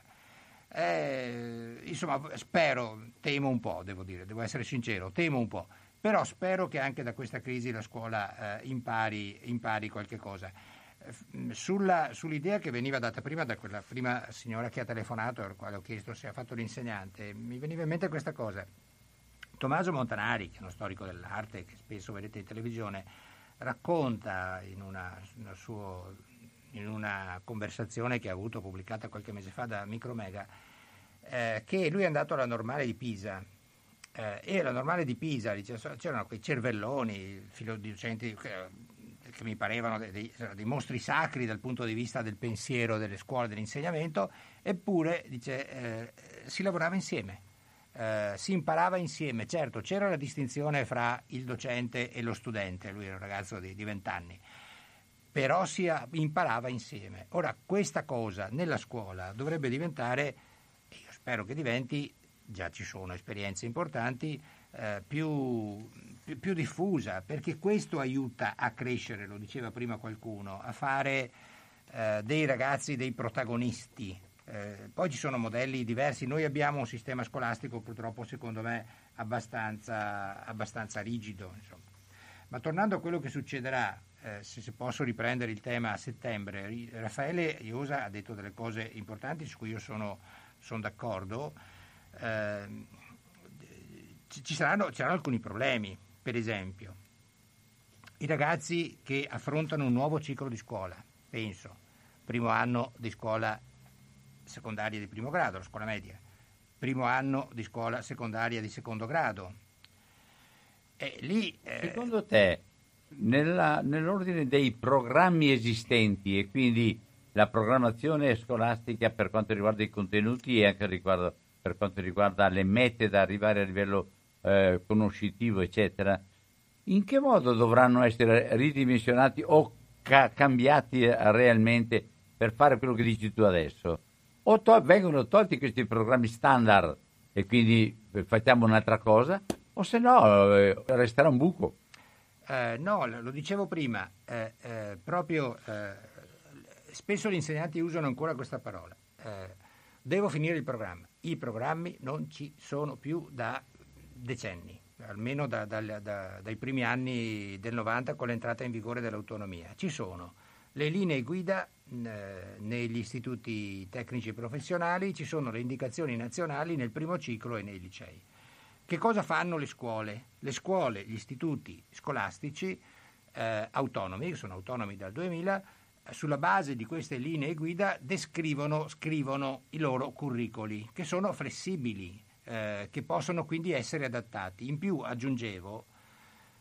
Eh, insomma, spero, temo un po', devo dire, devo essere sincero, temo un po'. Però spero che anche da questa crisi la scuola eh, impari, impari qualche cosa. Sulla, sull'idea che veniva data prima da quella prima signora che ha telefonato, al quale ho chiesto se ha fatto l'insegnante, mi veniva in mente questa cosa. Tommaso Montanari, che è uno storico dell'arte, che spesso vedete in televisione, racconta in una, una, suo, in una conversazione che ha avuto pubblicata qualche mese fa da Micromega, eh, che lui è andato alla Normale di Pisa. Eh, e alla Normale di Pisa c'erano quei cervelloni, filodocenti che, che mi parevano dei, dei, dei mostri sacri dal punto di vista del pensiero delle scuole dell'insegnamento, eppure dice, eh, si lavorava insieme, eh, si imparava insieme. Certo, c'era la distinzione fra il docente e lo studente, lui era un ragazzo di, di venti anni, però si imparava insieme. Ora, questa cosa nella scuola dovrebbe diventare, io spero che diventi, già ci sono esperienze importanti, eh, più, più, più diffusa, perché questo aiuta a crescere, lo diceva prima qualcuno, a fare eh, dei ragazzi dei protagonisti. Eh, poi ci sono modelli diversi, noi abbiamo un sistema scolastico purtroppo secondo me abbastanza, abbastanza rigido, insomma. Ma tornando a quello che succederà, eh, se, se posso riprendere il tema a settembre, Raffaele Iosa ha detto delle cose importanti su cui io sono, sono d'accordo. Eh, ci saranno, ci saranno alcuni problemi, per esempio i ragazzi che affrontano un nuovo ciclo di scuola, penso primo anno di scuola secondaria di primo grado, la scuola media, primo anno di scuola secondaria di secondo grado, e lì eh... secondo te nella, nell'ordine dei programmi esistenti e quindi la programmazione scolastica per quanto riguarda i contenuti e anche riguardo per quanto riguarda le mete da arrivare a livello eh, conoscitivo, eccetera, in che modo dovranno essere ridimensionati o ca- cambiati realmente per fare quello che dici tu adesso? O to- vengono tolti questi programmi standard e quindi facciamo un'altra cosa, o se no eh, resterà un buco? Eh, no, lo dicevo prima, eh, eh, proprio eh, spesso gli insegnanti usano ancora questa parola. Eh, devo finire il programma. I programmi non ci sono più da decenni, almeno da, da, da, dai primi anni del novanta con l'entrata in vigore dell'autonomia. Ci sono le linee guida eh, negli istituti tecnici professionali, ci sono le indicazioni nazionali nel primo ciclo e nei licei. Che cosa fanno le scuole? Le scuole, gli istituti scolastici eh, autonomi, che sono autonomi dal duemila, sulla base di queste linee guida descrivono, scrivono i loro curricoli, che sono flessibili, eh, che possono quindi essere adattati. In più aggiungevo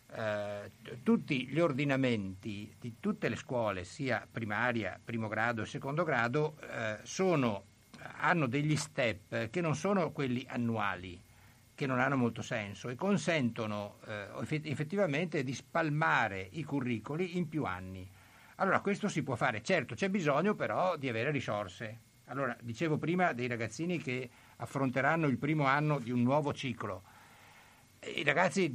eh, tutti gli ordinamenti di tutte le scuole, sia primaria, primo grado e secondo grado, eh, sono, hanno degli step che non sono quelli annuali, che non hanno molto senso, e consentono eh, effettivamente di spalmare i curricoli in più anni. Allora questo si può fare, certo c'è bisogno però di avere risorse. Allora dicevo prima dei ragazzini che affronteranno il primo anno di un nuovo ciclo. I ragazzi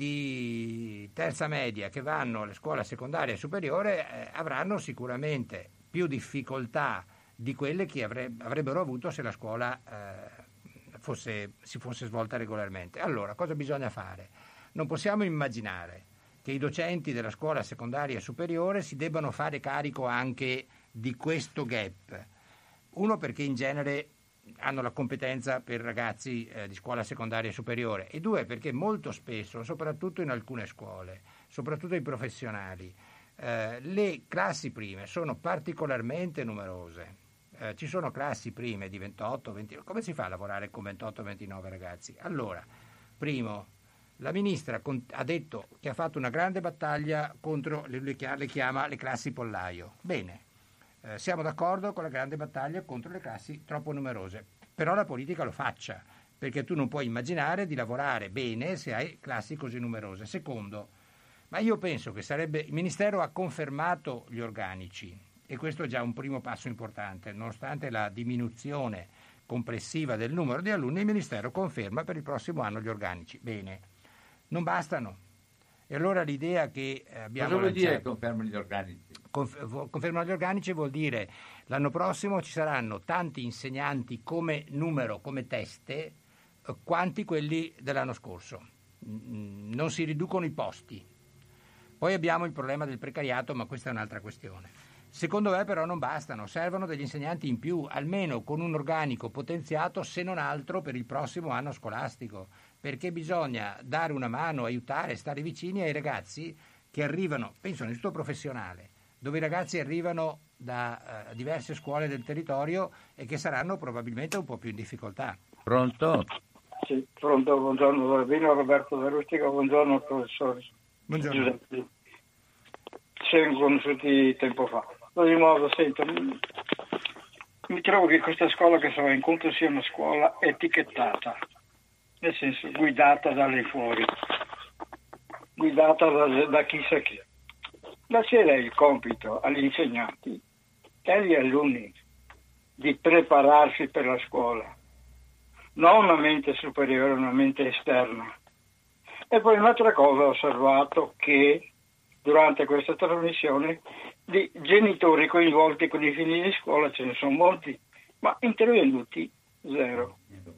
di terza media che vanno alla scuola secondaria superiore eh, avranno sicuramente più difficoltà di quelle che avre- avrebbero avuto se la scuola eh, fosse, si fosse svolta regolarmente. Allora, cosa bisogna fare? Non possiamo immaginare che i docenti della scuola secondaria superiore si debbano fare carico anche di questo gap. Uno, perché in genere hanno la competenza per ragazzi eh, di scuola secondaria superiore, e due, perché molto spesso, soprattutto in alcune scuole, soprattutto i professionali, eh, le classi prime sono particolarmente numerose. Eh, ci sono classi prime di ventotto, venti. Come si fa a lavorare con ventotto ventinove ragazzi? Allora, primo, la ministra ha detto che ha fatto una grande battaglia contro, le, le chiama le classi pollaio. Bene. Eh, siamo d'accordo con la grande battaglia contro le classi troppo numerose, però la politica lo faccia, perché tu non puoi immaginare di lavorare bene se hai classi così numerose. Secondo, ma io penso che sarebbe, il Ministero ha confermato gli organici, e questo è già un primo passo importante, nonostante la diminuzione complessiva del numero di alunni, il Ministero conferma per il prossimo anno gli organici. Bene, non bastano. E allora l'idea che abbiamo Cosa vuol lanciato, dire confermano gli organici? Conf- confermano gli organici vuol dire l'anno prossimo ci saranno tanti insegnanti come numero, come teste, eh, quanti quelli dell'anno scorso. Mm, non si riducono i posti. Poi abbiamo il problema del precariato, ma questa è un'altra questione. Secondo me però non bastano, servono degli insegnanti in più, almeno con un organico potenziato, se non altro per il prossimo anno scolastico, perché bisogna dare una mano, aiutare, stare vicini ai ragazzi che arrivano, penso nell'istituto professionale, dove i ragazzi arrivano da uh, diverse scuole del territorio e che saranno probabilmente un po' più in difficoltà. Pronto? Sì, pronto, buongiorno Dorbino, Roberto da Rustica, buongiorno professore. Buongiorno. Giuseppe. Ci siamo conosciuti tempo fa. Ad ogni modo, sento, mi, mi trovo che questa scuola che sarà incontro sia una scuola etichettata, nel senso guidata dalle fuori, guidata da, da chissà chi. Lascerei il compito agli insegnanti e agli alunni di prepararsi per la scuola, non una mente superiore, una mente esterna. E poi un'altra cosa, ho osservato che durante questa trasmissione di genitori coinvolti con i figli di scuola ce ne sono molti, ma intervenuti zero.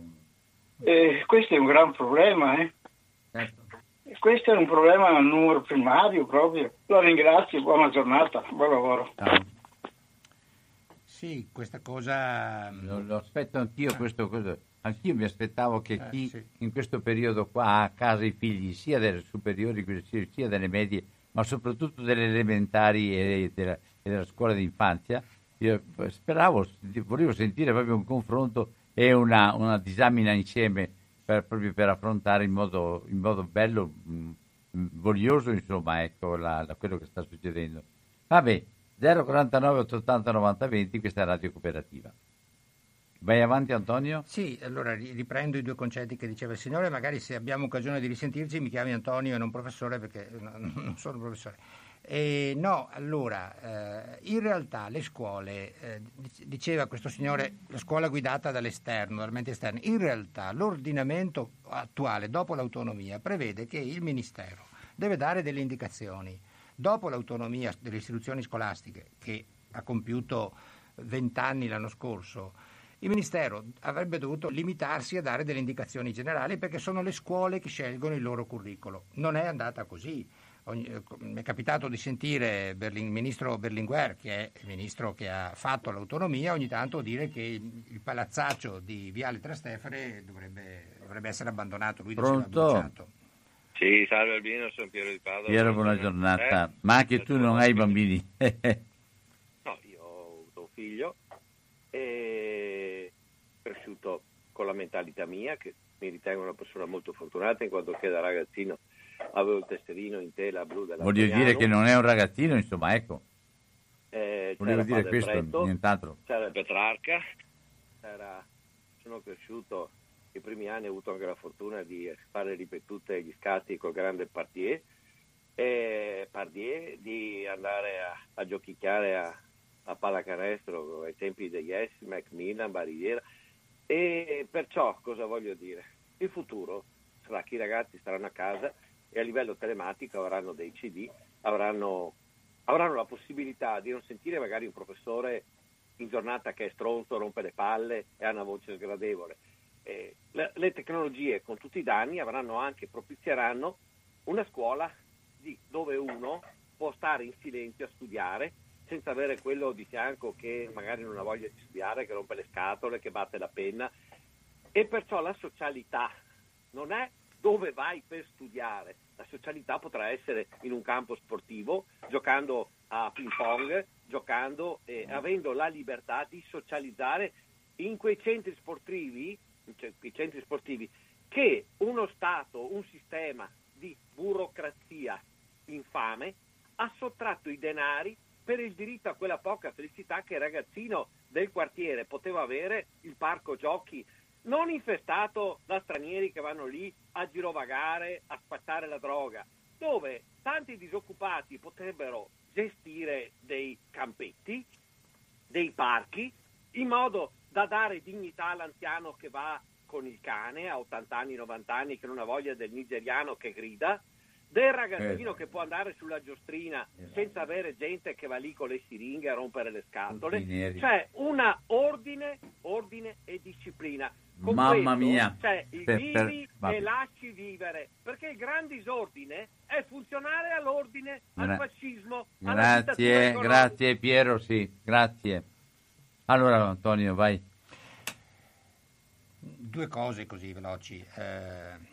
E questo è un gran problema, eh? Certo. Questo è un problema al numero primario proprio. La ringrazio, buona giornata, buon lavoro. Ciao. Sì, questa cosa... Lo, lo aspetto anch'io, questo, questo. Anch'io mi aspettavo che Eh, chi sì. in questo periodo qua ha a casa i figli, sia delle superiori sia delle medie, ma soprattutto delle elementari e della, e della scuola d'infanzia, io speravo, volevo sentire proprio un confronto e una, una disamina insieme per, proprio per affrontare in modo, in modo bello, mh, voglioso, insomma, ecco la, la, quello che sta succedendo. Vabbè, zero quarantanove ottanta novanta venti, questa è Radio Cooperativa. Vai avanti Antonio? Sì, allora riprendo i due concetti che diceva il signore, magari se abbiamo occasione di risentirci mi chiami Antonio e non professore, perché non sono professore. E no, allora, eh, in realtà le scuole, eh, diceva questo signore, la scuola guidata dall'esterno, dal mente esterno, in realtà l'ordinamento attuale, dopo l'autonomia, prevede che il Ministero deve dare delle indicazioni. Dopo l'autonomia delle istituzioni scolastiche, che ha compiuto vent'anni l'anno scorso, il Ministero avrebbe dovuto limitarsi a dare delle indicazioni generali, perché sono le scuole che scelgono il loro curriculum. Non è andata così. Ogni, mi è capitato di sentire Berling, il ministro Berlinguer, che è il ministro che ha fatto l'autonomia, ogni tanto dire che il, il palazzaccio di Viale Trastevere dovrebbe, dovrebbe essere abbandonato. Lui diceva bruciato. Sì, salve Albino, sono Piero di Padova. Piero, buona giornata. Eh, Ma anche tu non hai bambini? No, io ho avuto un figlio e cresciuto con la mentalità mia, che mi ritengo una persona molto fortunata, in quanto che da ragazzino avevo il tesserino in tela blu della Voglio Fagnano. dire che non è un ragazzino, insomma, ecco. Eh, Volevo c'era dire Padre questo, Bretto, nient'altro. c'era Petrarca, c'era... sono cresciuto, i primi anni ho avuto anche la fortuna di fare ripetute gli scatti col grande Pardier, e Pardier di andare a, a giochicchiare a, a pallacanestro ai tempi degli S, Macmillan, Barriera, e perciò cosa voglio dire? Il futuro sarà che i ragazzi staranno a casa e a livello telematico avranno dei C D, avranno, avranno la possibilità di non sentire magari un professore in giornata che è stronzo, rompe le palle e ha una voce sgradevole. Eh, le, le tecnologie con tutti i danni avranno anche, propizieranno una scuola di, dove uno può stare in silenzio a studiare senza avere quello di fianco che magari non ha voglia di studiare, che rompe le scatole, che batte la penna, e perciò la socialità non è dove vai per studiare, la socialità potrà essere in un campo sportivo, giocando a ping pong, giocando e avendo la libertà di socializzare in quei centri sportivi, cioè, i centri sportivi che uno Stato, un sistema di burocrazia infame ha sottratto i denari per il diritto a quella poca felicità che il ragazzino del quartiere poteva avere, il parco giochi non infestato da stranieri che vanno lì a girovagare, a spacciare la droga, dove tanti disoccupati potrebbero gestire dei campetti, dei parchi, in modo da dare dignità all'anziano che va con il cane a ottanta anni, novanta anni, che non ha voglia del nigeriano che grida, del ragazzino eh. che può andare sulla giostrina eh. senza avere gente che va lì con le siringhe a rompere le scatole, cioè una ordine, ordine e disciplina. Con Mamma questo, mia, cioè il per, vivi per, e lasci vivere, perché il gran disordine è funzionale all'ordine, al Gra- fascismo, grazie, grazie Piero, sì, grazie. Allora Antonio, vai. Due cose così veloci. Eh,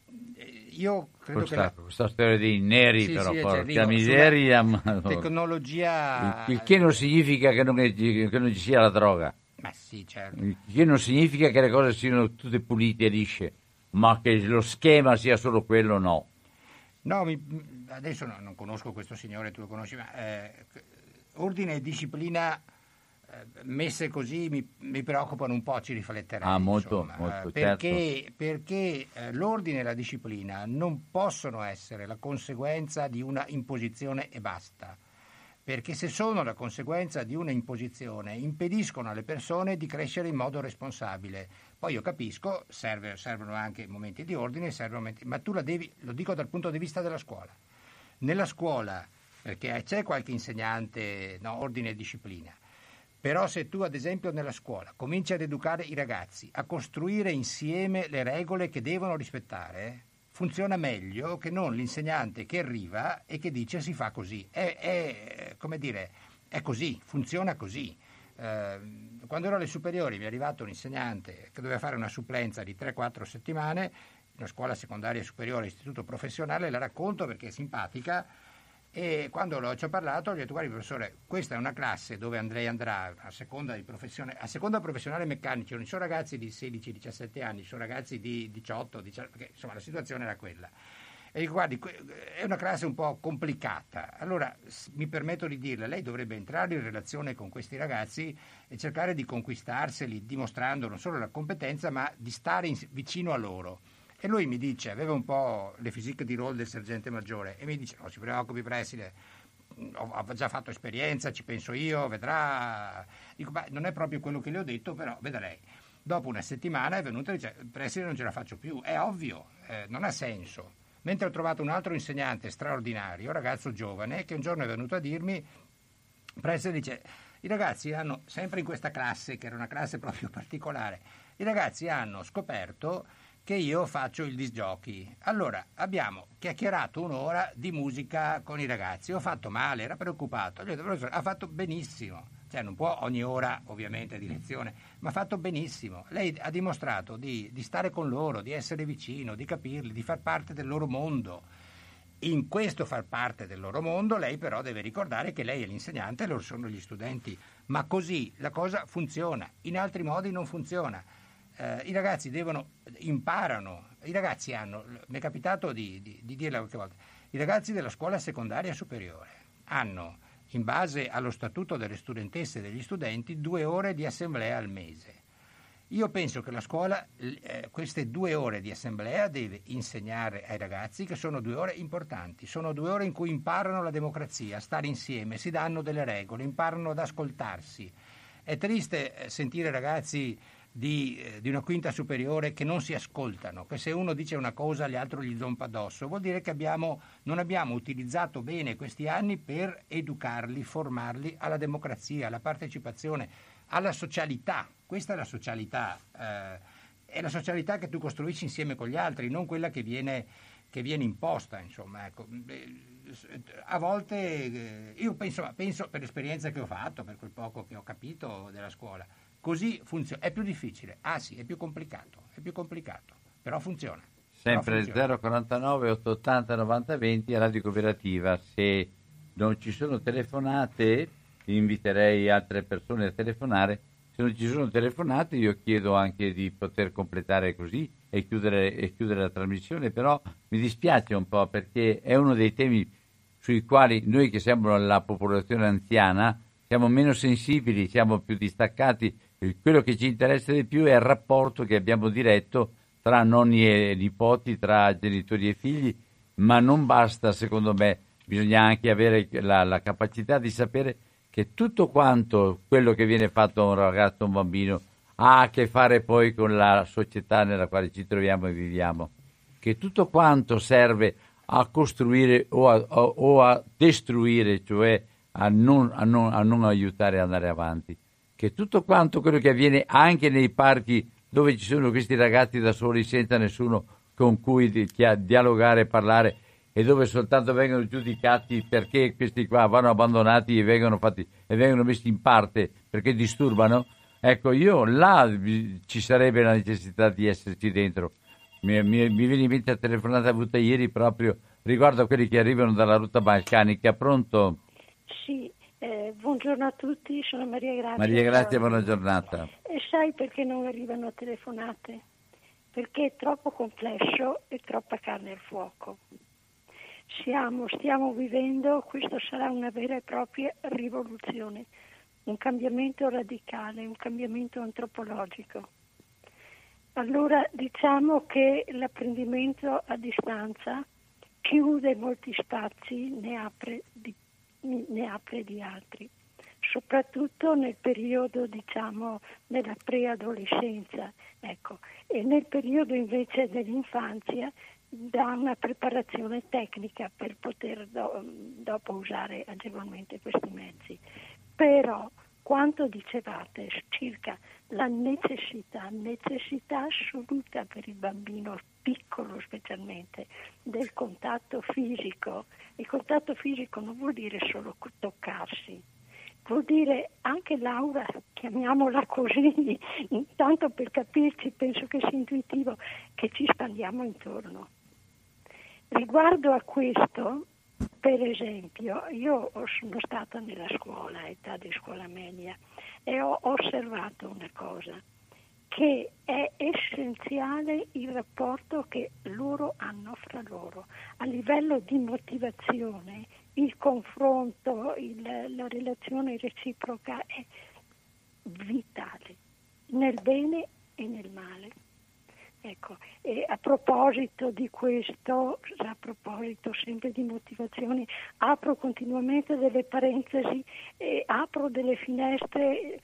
io credo questa, che la... questa storia dei neri, sì, però, sì, porca cioè, miseria. Ma... Tecnologia... Il, il che non significa che non, è, che non ci sia la droga. Ma sì, certo. Il che non significa che le cose siano tutte pulite e lisce, ma che lo schema sia solo quello, no. No, mi, adesso no, non conosco questo signore, tu lo conosci, ma eh, ordine e disciplina eh, messe così mi, mi preoccupano un po', ci rifletterei. Ah, molto, insomma, molto, perché, certo. Perché eh, l'ordine e la disciplina non possono essere la conseguenza di una imposizione e basta. Perché se sono la conseguenza di una imposizione impediscono alle persone di crescere in modo responsabile. Poi io capisco, serve, servono anche momenti di ordine, servono momenti, ma tu la devi, lo dico dal punto di vista della scuola. Nella scuola, perché c'è qualche insegnante, no, ordine e disciplina, però se tu ad esempio nella scuola cominci ad educare i ragazzi a costruire insieme le regole che devono rispettare, funziona meglio che non l'insegnante che arriva e che dice si fa così. È, è come dire, è così, funziona così. Eh, quando ero alle superiori mi è arrivato un insegnante che doveva fare una supplenza di tre quattro settimane, una scuola secondaria superiore, istituto professionale, la racconto perché è simpatica, e quando ci ho parlato gli ho detto: guardi professore, questa è una classe dove Andrei andrà a seconda di professione, a seconda professionale meccanici, non ci sono ragazzi di sedici diciassette anni, ci sono ragazzi di diciotto, diciannove, perché insomma la situazione era quella. E dico: guardi, è una classe un po' complicata, allora mi permetto di dirle, lei dovrebbe entrare in relazione con questi ragazzi e cercare di conquistarseli, dimostrando non solo la competenza ma di stare in, vicino a loro. E lui mi dice, aveva un po' le physique di role del sergente maggiore, e mi dice: non si preoccupi preside, ho, ho già fatto esperienza, ci penso io, vedrà. Dico: beh, non è proprio quello che le ho detto, però veda lei. Dopo una settimana è venuto e dice: preside, non ce la faccio più. È ovvio, eh, non ha senso. Mentre ho trovato un altro insegnante straordinario, ragazzo giovane, che un giorno è venuto a dirmi, preside, dice: i ragazzi hanno, sempre in questa classe, che era una classe proprio particolare, i ragazzi hanno scoperto che io faccio il disc jockey. Allora abbiamo chiacchierato un'ora di musica con i ragazzi. Ho fatto male, era preoccupato. Gli ho detto: professore, ha fatto benissimo. Cioè non può ogni ora ovviamente di lezione, ma ha fatto benissimo. Lei ha dimostrato di, di stare con loro, di essere vicino, di capirli, di far parte del loro mondo. In questo far parte del loro mondo lei però deve ricordare che lei è l'insegnante e loro sono gli studenti. Ma così la cosa funziona, in altri modi non funziona. eh, i ragazzi devono, imparano, i ragazzi hanno, mi è capitato di, di, di dirla qualche volta, i ragazzi della scuola secondaria superiore hanno, in base allo statuto delle studentesse e degli studenti, due ore di assemblea al mese. Io penso che la scuola eh, queste due ore di assemblea deve insegnare ai ragazzi che sono due ore importanti, sono due ore in cui imparano la democrazia, a stare insieme, si danno delle regole, imparano ad ascoltarsi. È triste sentire ragazzi di, eh, di una quinta superiore che non si ascoltano, che se uno dice una cosa gli altri gli zompa addosso, vuol dire che abbiamo, non abbiamo utilizzato bene questi anni per educarli, formarli alla democrazia, alla partecipazione, alla socialità. Questa è la socialità, eh, è la socialità che tu costruisci insieme con gli altri, non quella che viene, che viene imposta, insomma, ecco. A volte eh, io penso, penso per l'esperienza che ho fatto, per quel poco che ho capito della scuola, così funziona. È più difficile, ah sì, è più complicato, è più complicato, però funziona. Sempre zero quarantanove ottocentottanta novanta venti Radio Cooperativa. Se non ci sono telefonate, inviterei altre persone a telefonare. Se non ci sono telefonate, io chiedo anche di poter completare così e chiudere, e chiudere la trasmissione, però mi dispiace un po' perché è uno dei temi sui quali noi che siamo la popolazione anziana siamo meno sensibili, siamo più distaccati. Quello che ci interessa di più è il rapporto che abbiamo diretto tra nonni e nipoti, tra genitori e figli, ma non basta, secondo me, bisogna anche avere la, la capacità di sapere che tutto quanto quello che viene fatto a un ragazzo, a un bambino, ha a che fare poi con la società nella quale ci troviamo e viviamo, che tutto quanto serve a costruire o a, o, o a destruire, cioè a non, a, non, a non aiutare ad andare avanti, che tutto quanto quello che avviene anche nei parchi dove ci sono questi ragazzi da soli senza nessuno con cui di, dialogare e parlare, e dove soltanto vengono giudicati perché questi qua vanno abbandonati e vengono fatti e vengono messi in parte perché disturbano, ecco, io là ci sarebbe la necessità di esserci dentro. Mi, mi, mi viene in mente la telefonata avuta ieri proprio riguardo a quelli che arrivano dalla rotta balcanica. Pronto? Sì, eh, buongiorno a tutti, sono Maria Grazia. Maria Grazia, buona giornata. E sai perché non arrivano telefonate? Perché è troppo complesso e troppa carne al fuoco. Siamo, stiamo vivendo, questo sarà una vera e propria rivoluzione, un cambiamento radicale, un cambiamento antropologico. Allora diciamo che l'apprendimento a distanza chiude molti spazi, ne apre di, ne apre di altri, soprattutto nel periodo, diciamo, della preadolescenza, ecco, e nel periodo invece dell'infanzia dà una preparazione tecnica per poter do, dopo usare agevolmente questi mezzi. Però quanto dicevate circa la necessità, necessità assoluta per il bambino piccolo specialmente, del contatto fisico. Il contatto fisico non vuol dire solo toccarsi, vuol dire anche l'aura, chiamiamola così, intanto per capirci, penso che sia intuitivo, che ci spandiamo intorno. Riguardo a questo, per esempio, io sono stata nella scuola, età di scuola media, e ho osservato una cosa, che è essenziale il rapporto che loro hanno fra loro. A livello di motivazione, il confronto, il, la relazione reciproca è vitale, nel bene e nel male. Ecco, e a proposito di questo, a proposito sempre di motivazioni, apro continuamente delle parentesi e apro delle finestre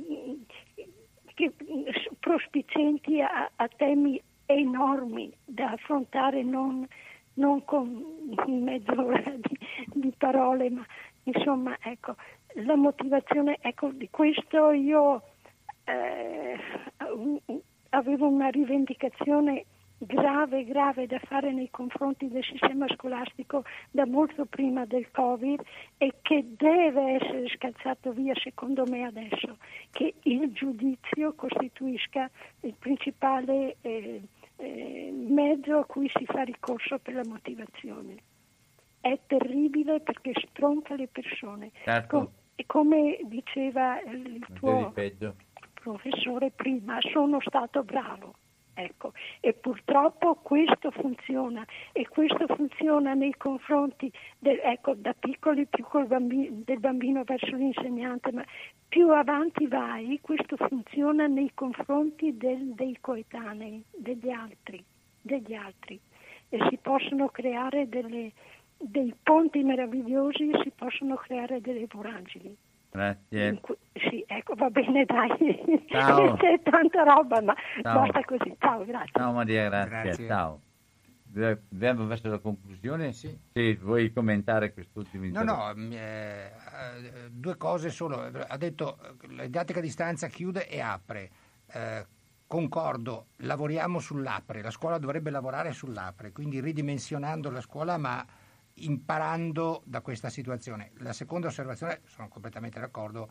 che, prospicienti a, a temi enormi da affrontare non, non con mezz'ora di, di parole, ma insomma, ecco, la motivazione, ecco, di questo io eh, un, avevo una rivendicazione grave, grave da fare nei confronti del sistema scolastico da molto prima del Covid e che deve essere scalzato via, secondo me adesso, che il giudizio costituisca il principale eh, eh, mezzo a cui si fa ricorso per la motivazione. È terribile perché stronca le persone. Certo. Com- e come diceva il tuo... professore prima, sono stato bravo. Ecco, e purtroppo questo funziona e questo funziona nei confronti del, ecco, da piccoli più col bambino, del bambino verso l'insegnante, ma più avanti vai questo funziona nei confronti del, dei coetanei, degli altri, degli altri e si possono creare delle, dei ponti meravigliosi, si possono creare delle voragini. Grazie. Sì, ecco, va bene, dai. Ciao. C'è tanta roba, ma Ciao. basta così. Ciao, grazie. Ciao Maria, grazie. Grazie. Ciao. Abbiamo verso la conclusione? Sì. Sì, vuoi commentare quest'ultimo No, intervento? no, mm, eh, eh, due cose solo. Ha detto eh, la didattica a distanza chiude e apre. Eh, concordo, lavoriamo sull'apre. La scuola dovrebbe lavorare sull'apre, quindi ridimensionando la scuola, ma imparando da questa situazione. La seconda osservazione, sono completamente d'accordo,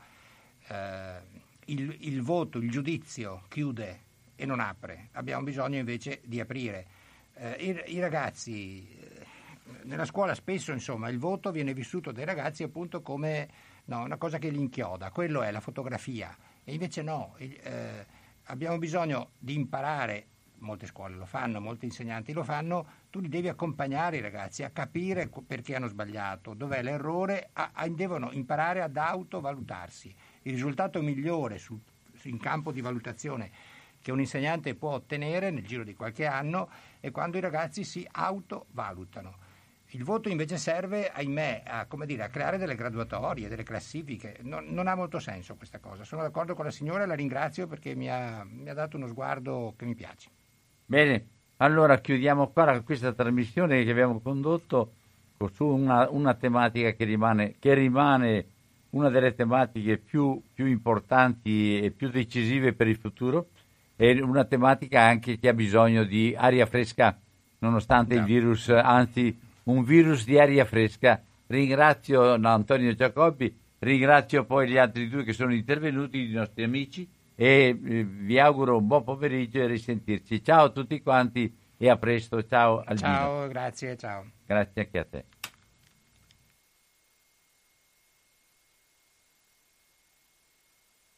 eh, il, il voto, il giudizio chiude e non apre. Abbiamo bisogno invece di aprire. Eh, i, I ragazzi, eh, nella scuola spesso insomma il voto viene vissuto dai ragazzi appunto come no, una cosa che li inchioda, quello è la fotografia, e invece no, il, eh, abbiamo bisogno di imparare. Molte scuole lo fanno, molti insegnanti lo fanno, tu li devi accompagnare i ragazzi a capire perché hanno sbagliato, dov'è l'errore, a, a, devono imparare ad autovalutarsi. Il risultato migliore sul, in campo di valutazione che un insegnante può ottenere nel giro di qualche anno è quando i ragazzi si autovalutano. Il voto invece serve, ahimè, a, come dire, a creare delle graduatorie, delle classifiche. Non, non ha molto senso questa cosa. Sono d'accordo con la signora e la ringrazio perché mi ha, mi ha dato uno sguardo che mi piace. Bene, allora chiudiamo qua questa trasmissione che abbiamo condotto su una, una tematica che rimane, che rimane una delle tematiche più, più importanti e più decisive per il futuro, e una tematica anche che ha bisogno di aria fresca, nonostante no. il virus, anzi un virus di aria fresca. Ringrazio Antonio Giacobbi, ringrazio poi gli altri due che sono intervenuti, i nostri amici, e eh, vi auguro un buon pomeriggio e risentirci. Ciao a tutti quanti e a presto. Ciao Albino. Ciao, grazie, ciao. Grazie anche a te.